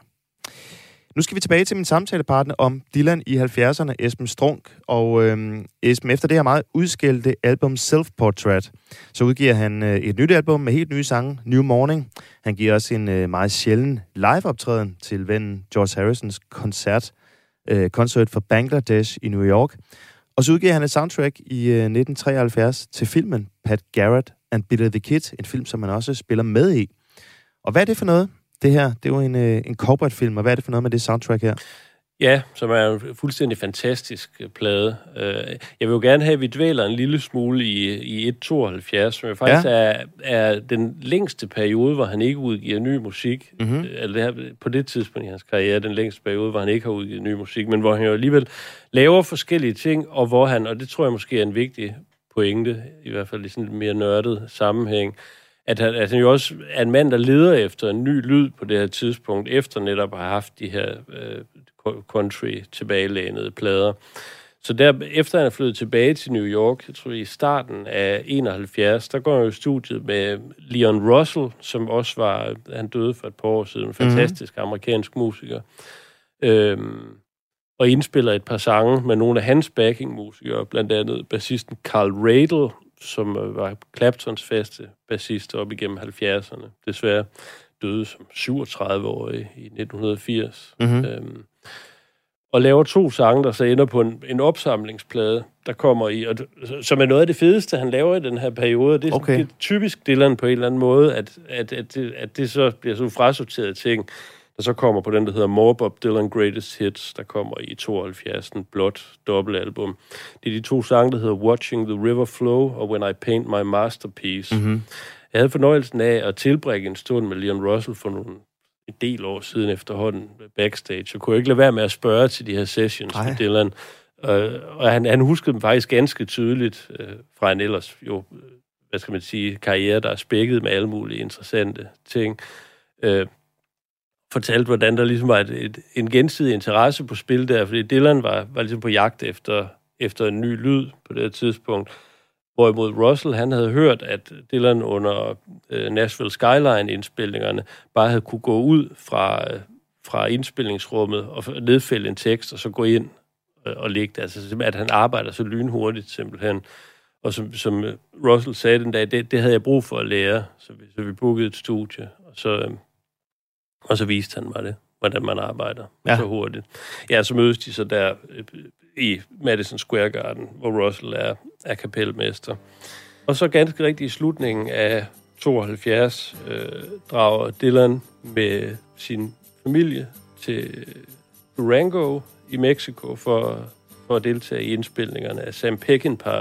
Nu skal vi tilbage til min samtalepartner om Dylan i halvfjerdserne, Esben Strunk. Og øhm, Esben, efter det her meget udskældte album Self-Portrait, så udgiver han øh, et nyt album med helt nye sange, New Morning. Han giver også en øh, meget sjælden live-optræden til vennen George Harrisons koncert, øh, koncert for Bangladesh i New York. Og så udgiver han et soundtrack i øh, nitten treoghalvfjerds til filmen Pat Garrett and Billy the Kid, en film, som han også spiller med i. Og hvad er det for noget? Det her, det er jo en, en corporate-film, og hvad er det for noget med det soundtrack her? Ja, som er en fuldstændig fantastisk plade. Jeg vil jo gerne have, at vi dvæler en lille smule i, i et tooghalvfjerds, som jo faktisk ja. er, er den længste periode, hvor han ikke udgiver ny musik. Mm-hmm. Eller det her, på det tidspunkt i hans karriere, den længste periode, hvor han ikke har udgivet ny musik, men hvor han jo alligevel laver forskellige ting, og hvor han, og det tror jeg måske er en vigtig pointe, i hvert fald i sådan en mere nørdet sammenhæng, at han, at han jo også er en mand, der leder efter en ny lyd på det her tidspunkt, efter netop at have haft de her øh, country-tilbagelænede plader. Så der, efter han er flyttet tilbage til New York, jeg tror i starten af enoghalvfjerds, der går han jo i studiet med Leon Russell, som også var, han døde for et par år siden, en fantastisk mm-hmm. amerikansk musiker, øhm, og indspiller et par sange med nogle af hans backing-musikere, blandt andet bassisten Carl Radle, som var Claptons faste bassist op igennem halvfjerdserne. Desværre døde som syvogtredive-årig i nitten firs. Mm-hmm. Øhm, og laver to sange, der så ender på en, en opsamlingsplade, der kommer i, og, som er noget af det fedeste, han laver i den her periode. Det er, okay. det er typisk Dylan på en eller anden måde, at, at, at, det, at det så bliver så frasorterede ting, der så kommer på den, der hedder More Bob Dylan Greatest Hits, der kommer i tooghalvfjerds, en blåt dobbeltalbum. Det er de to sange, der hedder Watching the River Flow og When I Paint My Masterpiece. Mm-hmm. Jeg havde fornøjelsen af at tilbringe en stund med Leon Russell for nogle en del år siden efterhånden backstage, og kunne ikke lade være med at spørge til de her sessions Ej. med Dylan. Uh, og han, han huskede dem faktisk ganske tydeligt uh, fra en ellers jo, hvad skal man sige, karriere, der er spækket med alle mulige interessante ting. Uh, fortalte, hvordan der ligesom var et, et, en gensidig interesse på spil der, fordi Dylan var, var ligesom på jagt efter, efter en ny lyd på det tidspunkt. Hvorimod Russell, han havde hørt, at Dylan under øh, Nashville Skyline-indspilningerne bare havde kunne gå ud fra, øh, fra indspilningsrummet og nedfælde en tekst, og så gå ind øh, og lægge det. Altså, at han arbejder så lynhurtigt simpelthen. Og som, som Russell sagde den dag, det, det havde jeg brug for at lære, så vi, så vi bookede et studie, og så, øh, og så viste han mig det, hvordan man arbejder ja. så hurtigt. Ja, så mødes de så der øh, i Madison Square Garden, hvor Russell er, er kapelmester. Og så ganske rigtigt i slutningen af tooghalvfjerds øh, drager Dylan med sin familie til Durango i Mexico for, for at deltage i indspilningerne af Sam Peckinpahs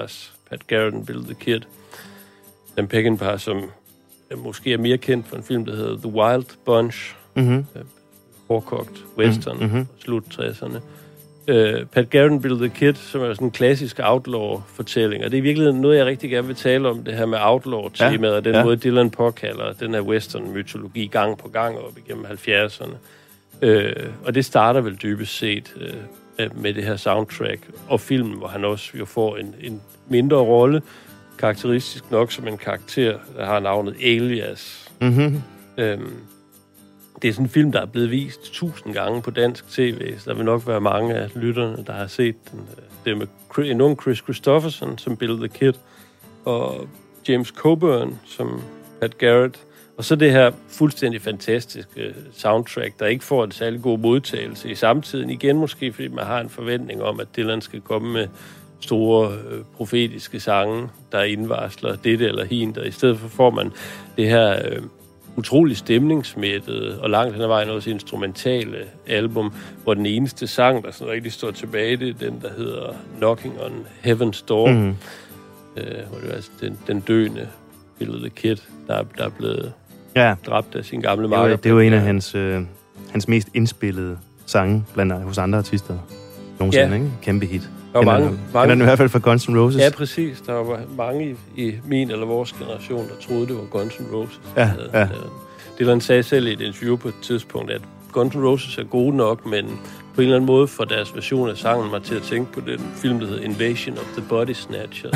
Pat Garrett and Billy the Kid. Sam Peckinpah, som måske er mere kendt for en film, der hedder The Wild Bunch. Mm-hmm. Hårdkogt western mm-hmm. fra slut tresserne. Uh, Pat Garrett and Billy the Kid, som er sådan en klassisk outlaw-fortælling, og det er virkelig noget, jeg rigtig gerne vil tale om, det her med outlaw-temaet, ja, og den ja. måde, Dylan påkalder den her western-mytologi gang på gang op igennem halvfjerdserne. Uh, og det starter vel dybest set uh, med det her soundtrack og filmen, hvor han også jo får en, en mindre rolle, karakteristisk nok som en karakter, der har navnet Alias. Mm-hmm. Uh, Det er sådan en film, der er blevet vist tusind gange på dansk tv, så der vil nok være mange af lytterne, der har set den. Det er med en ung Chris Christopherson som Billy the Kid, og James Coburn som Pat Garrett. Og så det her fuldstændig fantastiske soundtrack, der ikke får en særlig god modtagelse i samtiden. Igen måske, fordi man har en forventning om, at Dylan skal komme med store øh, profetiske sange, der indvarsler dette eller hint, og i stedet for får man det her Øh, utrolig stemningsmættet og langt hen ad vejen også instrumentale album, hvor den eneste sang, der sådan rigtig står tilbage, det er den, der hedder Knocking on Heaven's Door, mm. øh, hvor det er altså den, den døende Billy the Kid, der, der er blevet ja. dræbt af sin gamle makker. Det, det er jo en af hans, øh, hans mest indspillede sange blandt hos andre artister nogensinde, ja. Ikke? Kæmpe hit. Der var mange, mange, den i hvert fald fra Guns N' Roses. Ja, præcis. Der var mange i, i min eller vores generation, der troede, det var Guns N' Roses. Ja, ja. Dylan sagde selv i et interview på et tidspunkt, at Guns N' Roses er gode nok, men på en eller anden måde får deres version af sangen mig til at tænke på den film, der hedder Invasion of the Body Snatchers.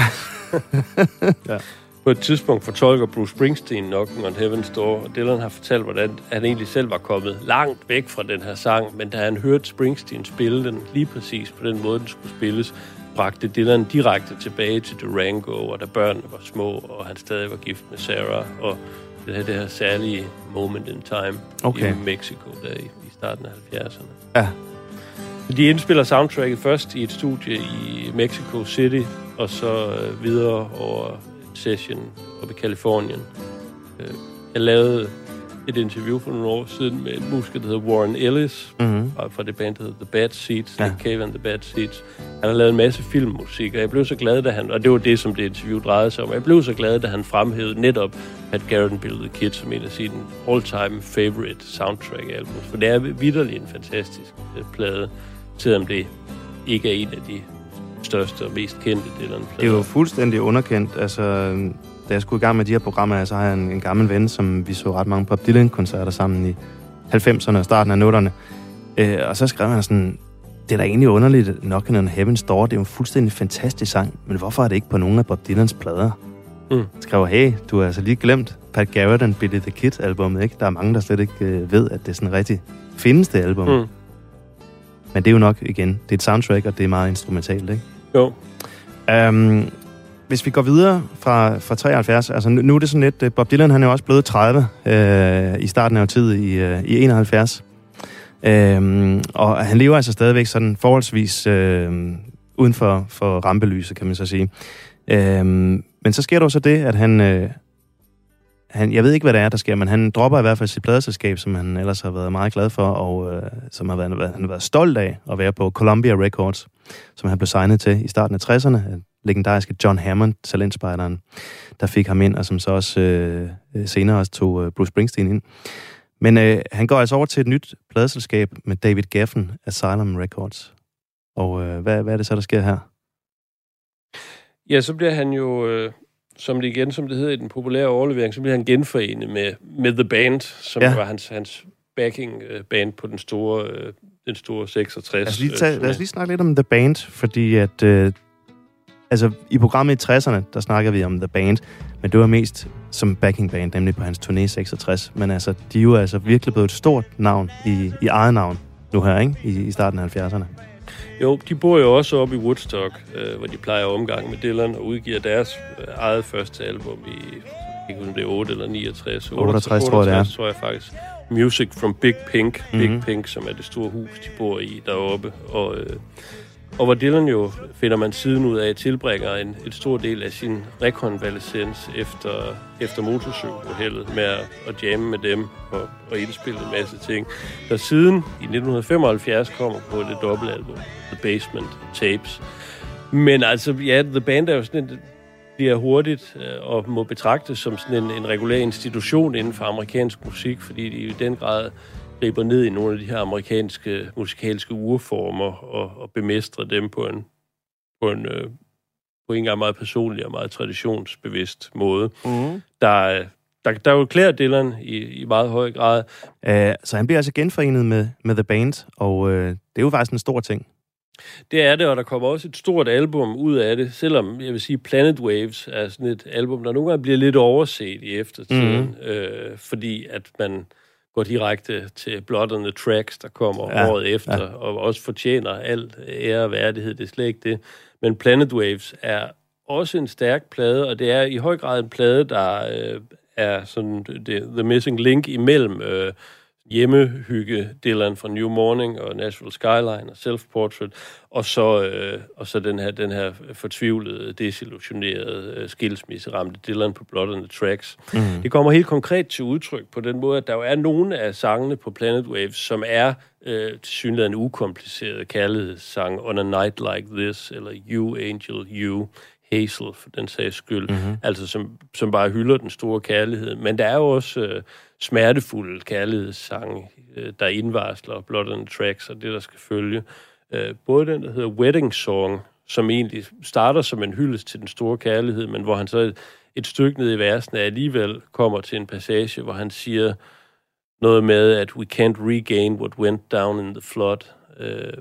ja. På et tidspunkt fortolker Bruce Springsteen Knocking on Heaven's Door, og Dylan har fortalt, hvordan han egentlig selv var kommet langt væk fra den her sang, men da han hørte Springsteen spille den lige præcis på den måde, den skulle spilles, bragte Dylan direkte tilbage til Durango, og da børnene var små, og han stadig var gift med Sarah, og det her, det her særlige moment in time okay. i Mexico, der i, i starten af halvfjerdserne. Ja. De indspiller soundtracket først i et studie i Mexico City, og så øh, videre over session oppe i Kalifornien. Jeg lavede et interview for nogle år siden med en musiker, der hedder Warren Ellis, mm-hmm. fra det band, der hedder The Bad Seeds, ja. Nick Cave and The Bad Seeds. Han har lavet en masse filmmusik, og jeg blev så glad, da han, og det var det, som det interview drejede sig om, jeg blev så glad, da han fremhævede netop Pat Garrett and Billy the Kid som en af sine all-time favorite soundtrack-albums, for det er vitterlig en fantastisk plade, selvom det ikke er en af de største og mest kendte Dylan-plader. Det er jo fuldstændig underkendt. Altså, da jeg skulle i gang med de her programmer, så har jeg en, en gammel ven, som vi så ret mange Bob Dylan-koncerter sammen i halvfemserne og starten af nullerne. Øh, og så skrev han sådan, det er da egentlig underligt, Knocking on Heaven's Door, det er jo en fuldstændig fantastisk sang, men hvorfor er det ikke på nogen af Bob Dylans plader? Mm. Jeg skrev, hey, du har altså lige glemt Pat Garrett and Billy the Kid-albummet, ikke? Der er mange, der slet ikke øh, ved, at det er sådan rigtig fineste album. Mm. Men det er jo nok, igen, det er et soundtrack, og det er meget instrumentalt, ikke? Jo. Um, hvis vi går videre fra, fra treoghalvfjerds, altså nu, nu er det sådan lidt, Bob Dylan, han er jo også blevet tredive øh, i starten af tid i, øh, i enoghalvfjerds. Um, og han lever altså stadigvæk sådan forholdsvis øh, uden for, for rampelyset, kan man så sige. Um, men så sker der så det, at han... Øh, Han, jeg ved ikke, hvad det er, der sker, men han dropper i hvert fald sit pladeselskab, som han ellers har været meget glad for, og øh, som har været, han har været stolt af at være på Columbia Records, som han blev signet til i starten af tresserne. Legendariske John Hammond, talentspejderen, der fik ham ind, og som så også øh, senere også tog øh, Bruce Springsteen ind. Men øh, han går altså over til et nyt pladeselskab med David Geffen, Asylum Records. Og øh, hvad, hvad er det så, der sker her? Ja, så bliver han jo... Øh som det igen, som det hedder i den populære overlevering, så bliver han genforenet med, med The Band, som ja. var hans, hans backing-band på den store, den store seksogtres. Lad os, lige tage, lad os lige snakke lidt om The Band, fordi at, øh, altså i programmet i tresserne, der snakker vi om The Band, men det var mest som backing-band, nemlig på hans turné seksogtres. Men altså, de er jo altså virkelig blevet et stort navn i, i eget navn nu her, ikke? I, i starten af halvfjerdserne. Jo, de bor jo også oppe i Woodstock, øh, hvor de plejer omgang med Dylan, og udgiver deres øh, eget første album i, ikke om det er otte eller niogtres. otteogtres, tror jeg det er. tror jeg faktisk. Music from Big Pink. Mm-hmm. Big Pink, som er det store hus, de bor i deroppe. Og, øh, og hvor Dylan jo, finder man siden ud af, tilbringer en et stor del af sin rekonvalescens efter, efter motorcykeluheldet med at, at jamme med dem og, og indspille en masse ting. Der siden i nitten femoghalvfjerds kommer på det dobbeltalbum, The Basement Tapes. Men altså, ja, The Band er jo sådan et bliver hurtigt øh, og må betragtes som sådan en, en regulær institution inden for amerikansk musik, fordi de i den grad griber ned i nogle af de her amerikanske musikalske urformer og, og bemestrer dem på en, på en, øh, på en gang meget personlig og meget traditionsbevidst måde. Mm. Der, der, der er jo klæder Dylan i, i meget høj grad. Uh, så han bliver altså genforenet med, med The Band, og uh, det er jo faktisk en stor ting. Det er det, og der kommer også et stort album ud af det, selvom, jeg vil sige, Planet Waves er sådan et album, der nogle gange bliver lidt overset i eftertiden, mm. øh, fordi at man går direkte til Blood on the Tracks, der kommer ja, året efter, ja. Og også fortjener alt ære og værdighed, det er slet ikke det. Men Planet Waves er også en stærk plade, og det er i høj grad en plade, der øh, er sådan det, the missing link imellem øh, hjemmehygge Dylan fra New Morning og Nashville Skyline og Self-Portrait, og så, øh, og så den her, den her fortvivlede, desillusionerede, øh, skilsmisseramte Dylan på Blood on the Tracks. Mm. Det kommer helt konkret til udtryk på den måde, at der jo er nogle af sangene på Planet Waves, som er øh, tilsyneladende ukomplicerede kærlighedssang, On a Night Like This, eller You Angel You, Hazel, for den sags skyld, mm-hmm. altså som, som bare hylder den store kærlighed. Men der er jo også øh, smertefulde kærlighedssange, øh, der indvarsler Blood on the Tracks, og det, der skal følge. Øh, både den, der hedder Wedding Song, som egentlig starter som en hyldest til den store kærlighed, men hvor han så et, et stykke ned i versene alligevel kommer til en passage, hvor han siger noget med, at we can't regain what went down in the flood. Øh,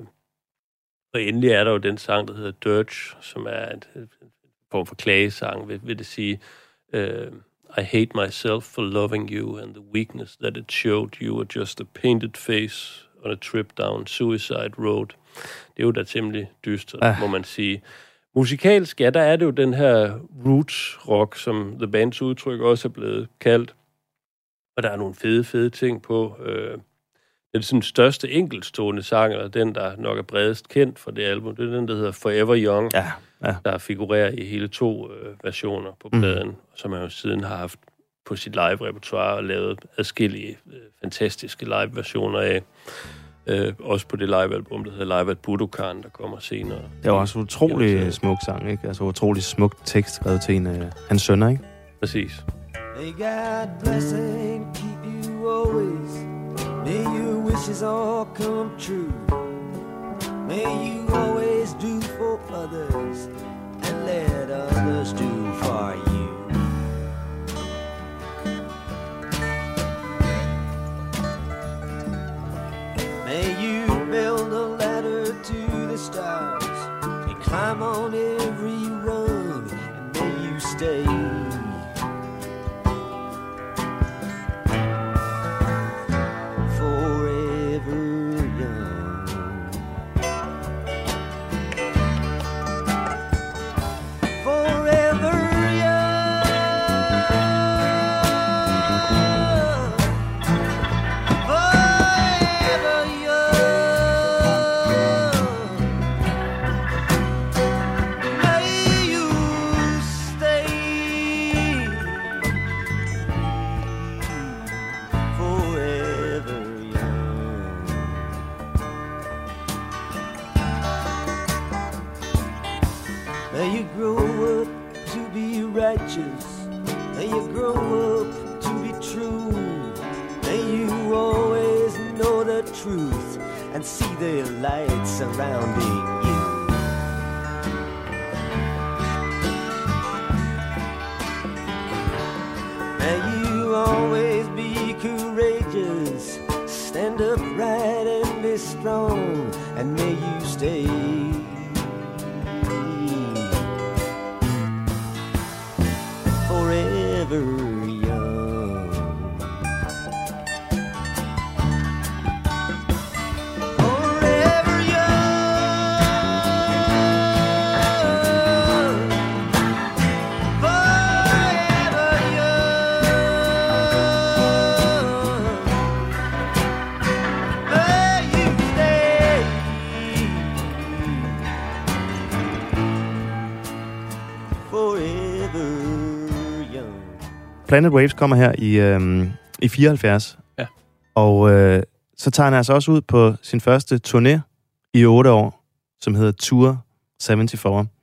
og endelig er der jo den sang, der hedder Dirge, som er et, et form for klagesang, vil, vil det sige, uh, I hate myself for loving you, and the weakness that it showed you were just a painted face on a trip down suicide road. Det er jo da temmelig dystert, ah. må man sige. Musikalsk, ja, der er det jo den her roots rock, som The Bands udtryk også er blevet kaldt. Og der er nogle fede, fede ting på. Uh, den sådan største enkeltstående sang, eller den, der nok er bredest kendt for det album, det er den, der hedder Forever Young, ja, ja. Der figurerer i hele to øh, versioner på pladen, mm. som han jo siden har haft på sit live-repertoire og lavet adskillige øh, fantastiske live-versioner af. Øh, også på det live-album, der hedder Live at Budokan, der kommer senere. Det var også utrolig smuk sang, ikke? Altså utrolig smuk tekst skrevet til en af øh, hans sønner, ikke? Præcis. May God bless and keep you always. May your wishes all come true. May you always do for others and let others do for you. May you build a ladder to the stars and climb on every rung, and may you stay and see the light surrounding you. May you always be courageous, stand upright and be strong, and may you stay forever. Planet Waves kommer her i, øhm, i fireoghalvfjerds. Ja. Og øh, så tager han altså også ud på sin første turné i otte år, som hedder Tour syvoghalvfjerds.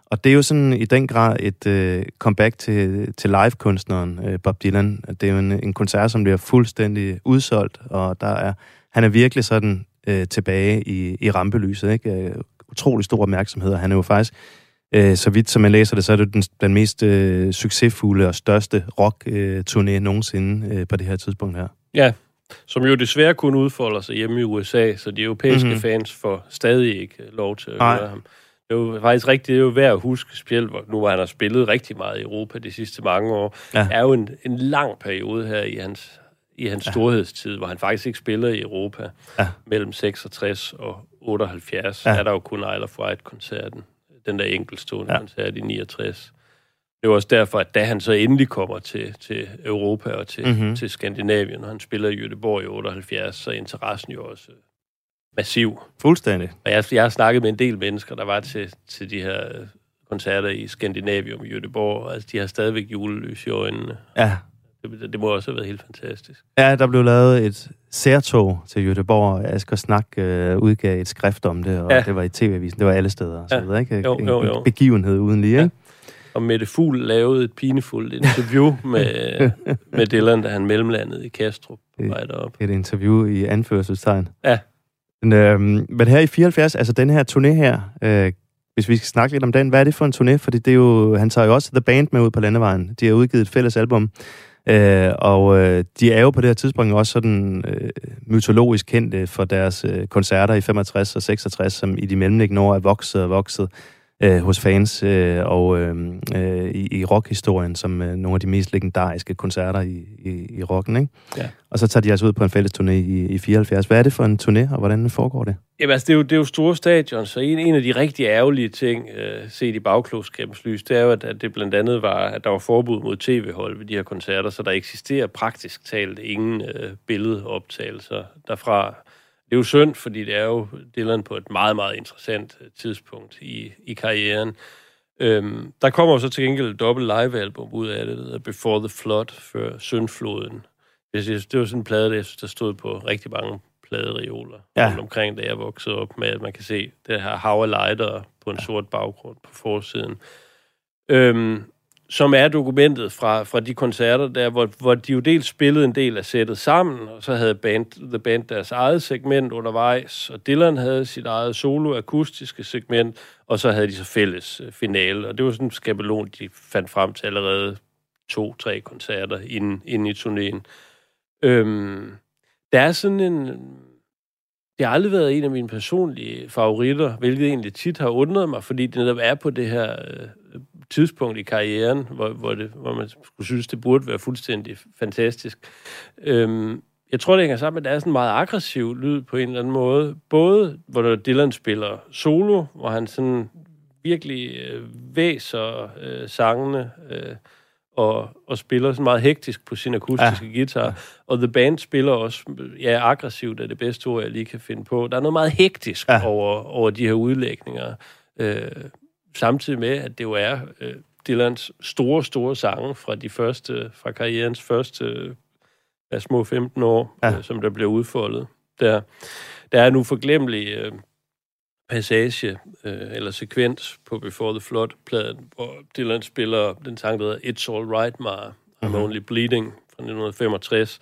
Og det er jo sådan i den grad et øh, comeback til, til live-kunstneren øh, Bob Dylan. Det er jo en, en koncert, som bliver fuldstændig udsolgt, og der er, han er virkelig sådan øh, tilbage i, i rampelyset, ikke? Utrolig stor opmærksomhed, og han er jo faktisk, øh, så vidt som jeg læser det, så er det den, den mest øh, succesfulde og største rock-turné øh, nogensinde øh, på det her tidspunkt her. Ja, som jo desværre kun udfolder sig hjemme i U S A, så de europæiske mm-hmm. fans får stadig ikke lov til at Nej. høre ham. Det er jo faktisk rigtigt, det er jo værd at huske, specielt nu hvor han har spillet rigtig meget i Europa de sidste mange år. Ja. Det er jo en, en lang periode her i hans, i hans ja. storhedstid, hvor han faktisk ikke spiller i Europa. Ja. Mellem seksogtres og otteoghalvfjerds ja. er der jo kun Isle of Wight-koncerten, den der enkeltstående ja. koncert i niogtres. Det er også derfor, at da han så endelig kommer til, til Europa og til, mm-hmm. til Skandinavien, og han spiller i Göteborg i otteoghalvfjerds, så er interessen jo også massiv. Fuldstændig. Og jeg, jeg har snakket med en del mennesker, der var til, til de her koncerter i Skandinavium i Göteborg, og altså, de har stadigvæk julelys i øjnene. Ja. Det, det må også have været helt fantastisk. Ja, der blev lavet et særtog til Göteborg, og Asger Snak øh, udgav et skrift om det, og ja. det var i T V-avisen, det var alle steder. Og så ja. videre, ikke? Jo, jo, jo. En begivenhed uden lige, ja. ikke? Og Mette Fugl lavede et pinefuldt interview med, med Dylan, da han mellemlandede i Kastrup. Et, et interview i anførselstegn. Ja. Men, øh, men her i fireoghalvfjerds, altså den her turné her, øh, hvis vi skal snakke lidt om den, hvad er det for en turné? Fordi det er jo, han tager jo også The Band med ud på landevejen. De har udgivet et fælles album, øh, og øh, de er jo på det her tidspunkt også sådan øh, mytologisk kendte for deres øh, koncerter i femogtres og seksogtres, som i de mellemliggende år er vokset og vokset øh, hos fans, øh, og øh, øh, i, i rockhistorien som øh, nogle af de mest legendariske koncerter i, i, i rocken, ikke? Ja. Og så tager de altså ud på en fælles turné i, i fireoghalvfjerds. Hvad er det for en turné, og hvordan foregår det? Jamen altså, det er jo, det er jo store stadion, så en, en af de rigtig ærgerlige ting, øh, set i bagklogskabens lys, det er jo, at, at det blandt andet var, at der var forbud mod tv-hold ved de her koncerter, så der eksisterer praktisk talt ingen øh, billedoptagelser derfra. Det er jo synd, fordi det er jo Dylan på et meget, meget interessant tidspunkt i, i karrieren. Øhm, der kommer jo så til gengæld et dobbelt live-album ud af det, der hedder Before the Flood, før Syndfloden. Det var sådan en plade, der, der stod på rigtig mange pladereoler ja. omkring, da jeg voksede op med, at man kan se det her How I Lighter på en ja. sort baggrund på forsiden. Øhm, som er dokumentet fra, fra de koncerter der, hvor, hvor de jo dels spillede en del af sættet sammen, og så havde band, The Band deres eget segment undervejs, og Dylan havde sit eget solo-akustiske segment, og så havde de så fælles finale, og det var sådan en skabelon, de fandt frem til allerede to-tre koncerter inden, inden i turnéen. Øhm, der er sådan en... Det har aldrig været en af mine personlige favoritter, hvilket egentlig tit har undret mig, fordi det netop er på det her øh, tidspunkt i karrieren, hvor, hvor, det, hvor man skulle synes, det burde være fuldstændig fantastisk. Øhm, jeg tror, det hænger sammen med, at der er sådan en meget aggressiv lyd på en eller anden måde. Både, hvor Dylan spiller solo, hvor han sådan virkelig øh, væser øh, sangene, øh, Og, og spiller sådan meget hektisk på sin akustiske ja. guitar. Og The Band spiller også, ja, aggressivt er det bedste ord, jeg lige kan finde på. Der er noget meget hektisk ja. over, over de her udlægninger. Øh, samtidig med, at det jo er øh, Dylans store, store sange fra de første, fra karrierens første øh, små femten år, ja. øh, som der bliver udfoldet. Der, der er nu forglemmelig øh, passage, øh, eller sekvens på Before the Flood-pladen, hvor Dylan spiller den sang, der hedder It's All Right, Ma, I'm mm-hmm. Only Bleeding, fra nitten femogtres.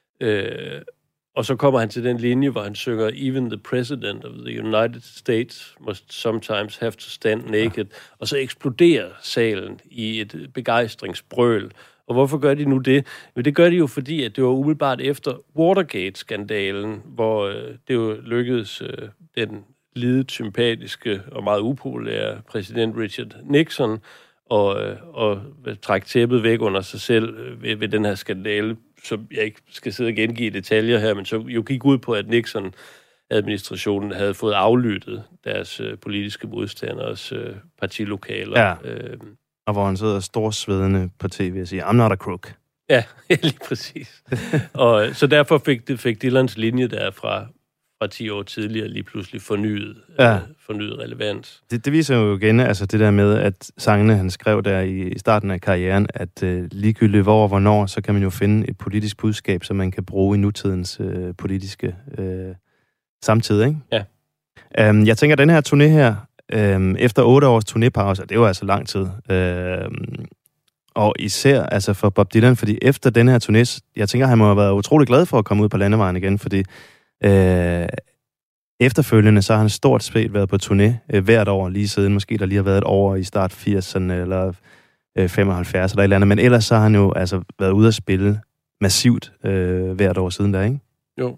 Øh, og så kommer han til den linje, hvor han synger Even the President of the United States must sometimes have to stand naked. Ja. Og så eksploderer salen i et begejstringsbrøl. Og hvorfor gør de nu det? Men det gør de jo, fordi at det var umiddelbart efter Watergate-skandalen, hvor øh, det jo lykkedes øh, den lidet sympatiske og meget upopulære præsident Richard Nixon og, og trække tæppet væk under sig selv ved, ved den her skandale, som jeg ikke skal sidde og gengive detaljer her, men så jo gik ud på, at Nixon-administrationen havde fået aflyttet deres uh, politiske modstanders uh, partilokaler. Ja. Øh, og hvor han sidder storsvedende på tv og siger, I'm not a crook. Ja, lige præcis. og så derfor fik, fik Dylans linje derfra fra ti år tidligere lige pludselig fornyet, ja. øh, fornyet relevans. Det, det viser jo igen, altså det der med, at sangene, han skrev der i, i starten af karrieren, at øh, ligegyldigt hvor og hvornår, så kan man jo finde et politisk budskab, som man kan bruge i nutidens øh, politiske øh, samtid, ikke? Ja. Um, jeg tænker, at den her turné her, øh, efter otte års turnépause, det var altså lang tid, øh, og især altså for Bob Dylan, fordi efter den her turné, jeg tænker, han må have været utrolig glad for at komme ud på landevejen igen, fordi øh, efterfølgende, så har han stort set været på turné øh, hvert år, lige siden måske der lige har været et år i start firserne, eller øh, femoghalvfjerds eller et eller andet, men ellers så har han jo altså været ude at spille massivt øh, hvert år siden der, ikke? Jo.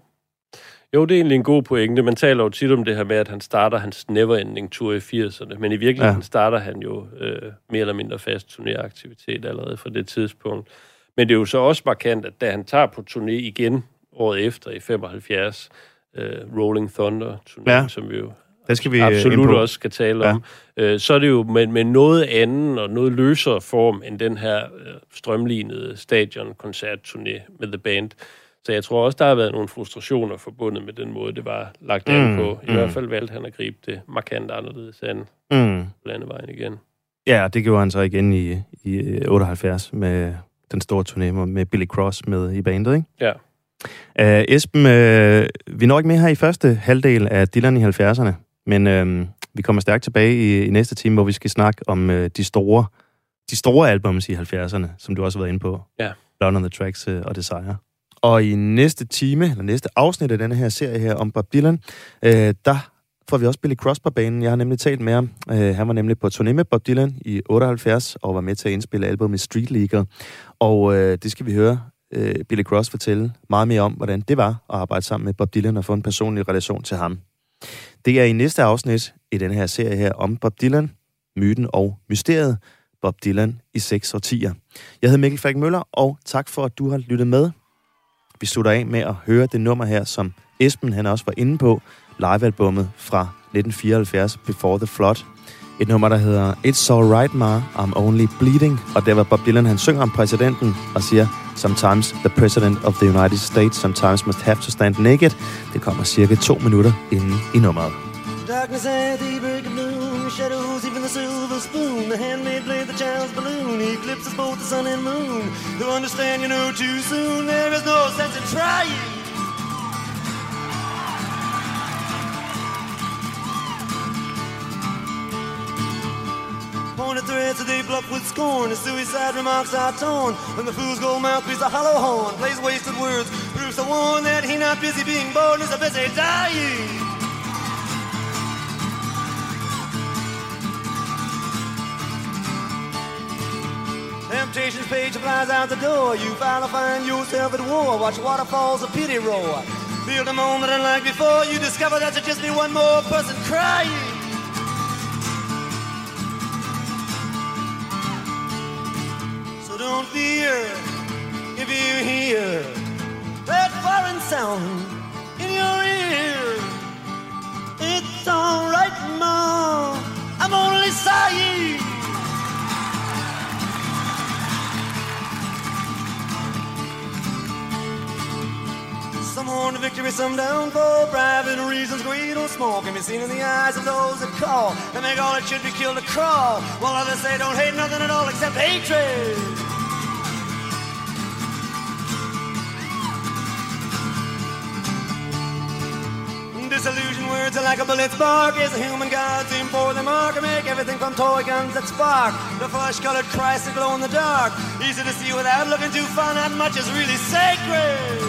Jo, det er egentlig en god pointe. Man taler jo tit om det her med, at han starter hans Neverending-tur i firserne, men i virkeligheden ja. starter han jo øh, mere eller mindre fast turnéaktivitet allerede fra det tidspunkt. Men det er jo så også markant, at da han tager på turné igen året efter i femoghalvfjerds, øh, Rolling Thunder-turné, ja. som vi jo det skal vi absolut også skal tale ja. om, øh, så er det jo med, med noget anden og noget løsere form end den her øh, strømlignede stadion-koncert-turné med The Band. Så jeg tror også, der har været nogle frustrationer forbundet med den måde, det var lagt mm, an på. I mm. hvert fald valgte han at gribe det markant anderledes an mm. på landevejen igen. Ja, det gjorde han så igen i, i otteoghalvfjerds med den store turné med Billy Cross med i bandet, ikke? Ja. Uh, Esben, uh, vi når ikke mere her i første halvdel af Dylan i halvfjerdserne, men uh, vi kommer stærkt tilbage i, i næste time, hvor vi skal snakke om uh, de store de store albums i halvfjerdserne, som du også har været inde på. Ja. Blood on the Tracks uh, og Desire. Og i næste time, eller næste afsnit af denne her serie her om Bob Dylan, øh, der får vi også Billy Cross på banen. Jeg har nemlig talt med ham. Øh, han var nemlig på turné med Bob Dylan i otteoghalvfjerds og var med til at indspille albumet Street Leaguer. Og øh, det skal vi høre øh, Billy Cross fortælle meget mere om, hvordan det var at arbejde sammen med Bob Dylan og få en personlig relation til ham. Det er i næste afsnit i denne her serie her om Bob Dylan, myten og mysteriet. Bob Dylan i seks årtier. Jeg hedder Mikkel Falk Møller, og tak for, at du har lyttet med. Vi slutter af med at høre det nummer her, som Esben han også var inde på, livealbummet fra nitten fireoghalvfjerds, Before the Flood. Et nummer, der hedder It's Alright Ma, I'm Only Bleeding, og der var Bob Dylan, han synger om præsidenten og siger, Sometimes the President of the United States sometimes must have to stand naked. Det kommer cirka to minutter inden i nummeret. Darkness at the break of noon, shadows, even the silver spoon. The handmaid played the child's balloon, eclipses both the sun and moon. To understand, you know, too soon, there is no sense in trying. Pointed threads that they bluff with scorn, the suicide remarks are torn, and the fool's gold mouth beats a hollow horn, plays wasted words, proves the one that he not busy being born, is a busy dying. Temptation's page flies out the door. You finally find yourself at war. Watch waterfalls of pity roar. Feel the moment and like before, you discover that there's just be one more person crying. So don't fear if you hear that foreign sound in your ear. It's alright, Ma, I'm only sighing. Some won to victory, some down for private reasons, great or small, can be seen in the eyes of those that call. They make all it should be killed to crawl, while others say don't hate nothing at all except hatred. Disillusioned words are like a bullet spark. As the human gods aim for the mark and make everything from toy guns that spark. The flesh-colored Christ that glow in the dark. Easy to see without looking too far. Not much is really sacred.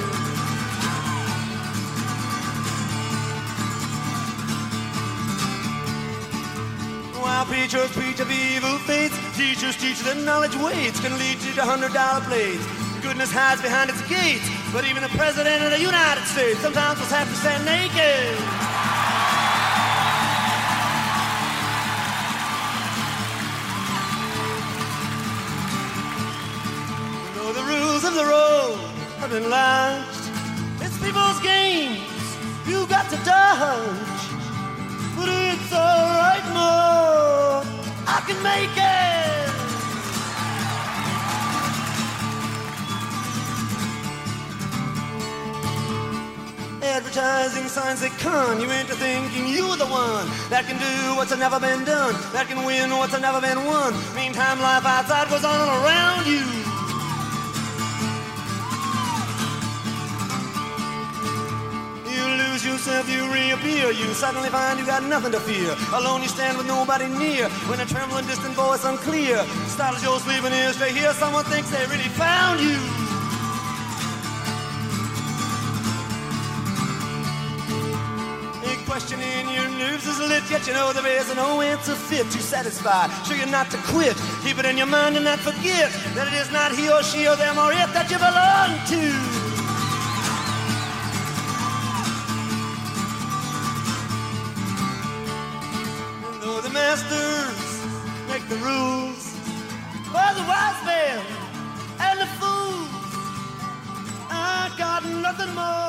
While preachers preach of evil fates, teachers teach that knowledge waits can lead you to hundred dollar blades. Goodness hides behind its gates, but even the president of the United States sometimes will have to stand naked. You know the rules of the road have been launched. It's people's games you got to dodge. But it's alright, Mo, I can make it. Advertising signs that con you into thinking you're the one that can do what's never been done, that can win what's never been won. Meantime, life outside goes on all around you. You lose your yourself, you reappear. You suddenly find you got nothing to fear. Alone you stand with nobody near. When a trembling distant voice unclear startles your sleeping ears to hear someone thinks they really found you. A question in your nerves is lit, yet you know there is no answer fit to satisfy. Sure you're not to quit. Keep it in your mind and not forget that it is not he or she or them or it that you belong to. Masters make the rules for the wise men and the fools. I got nothing more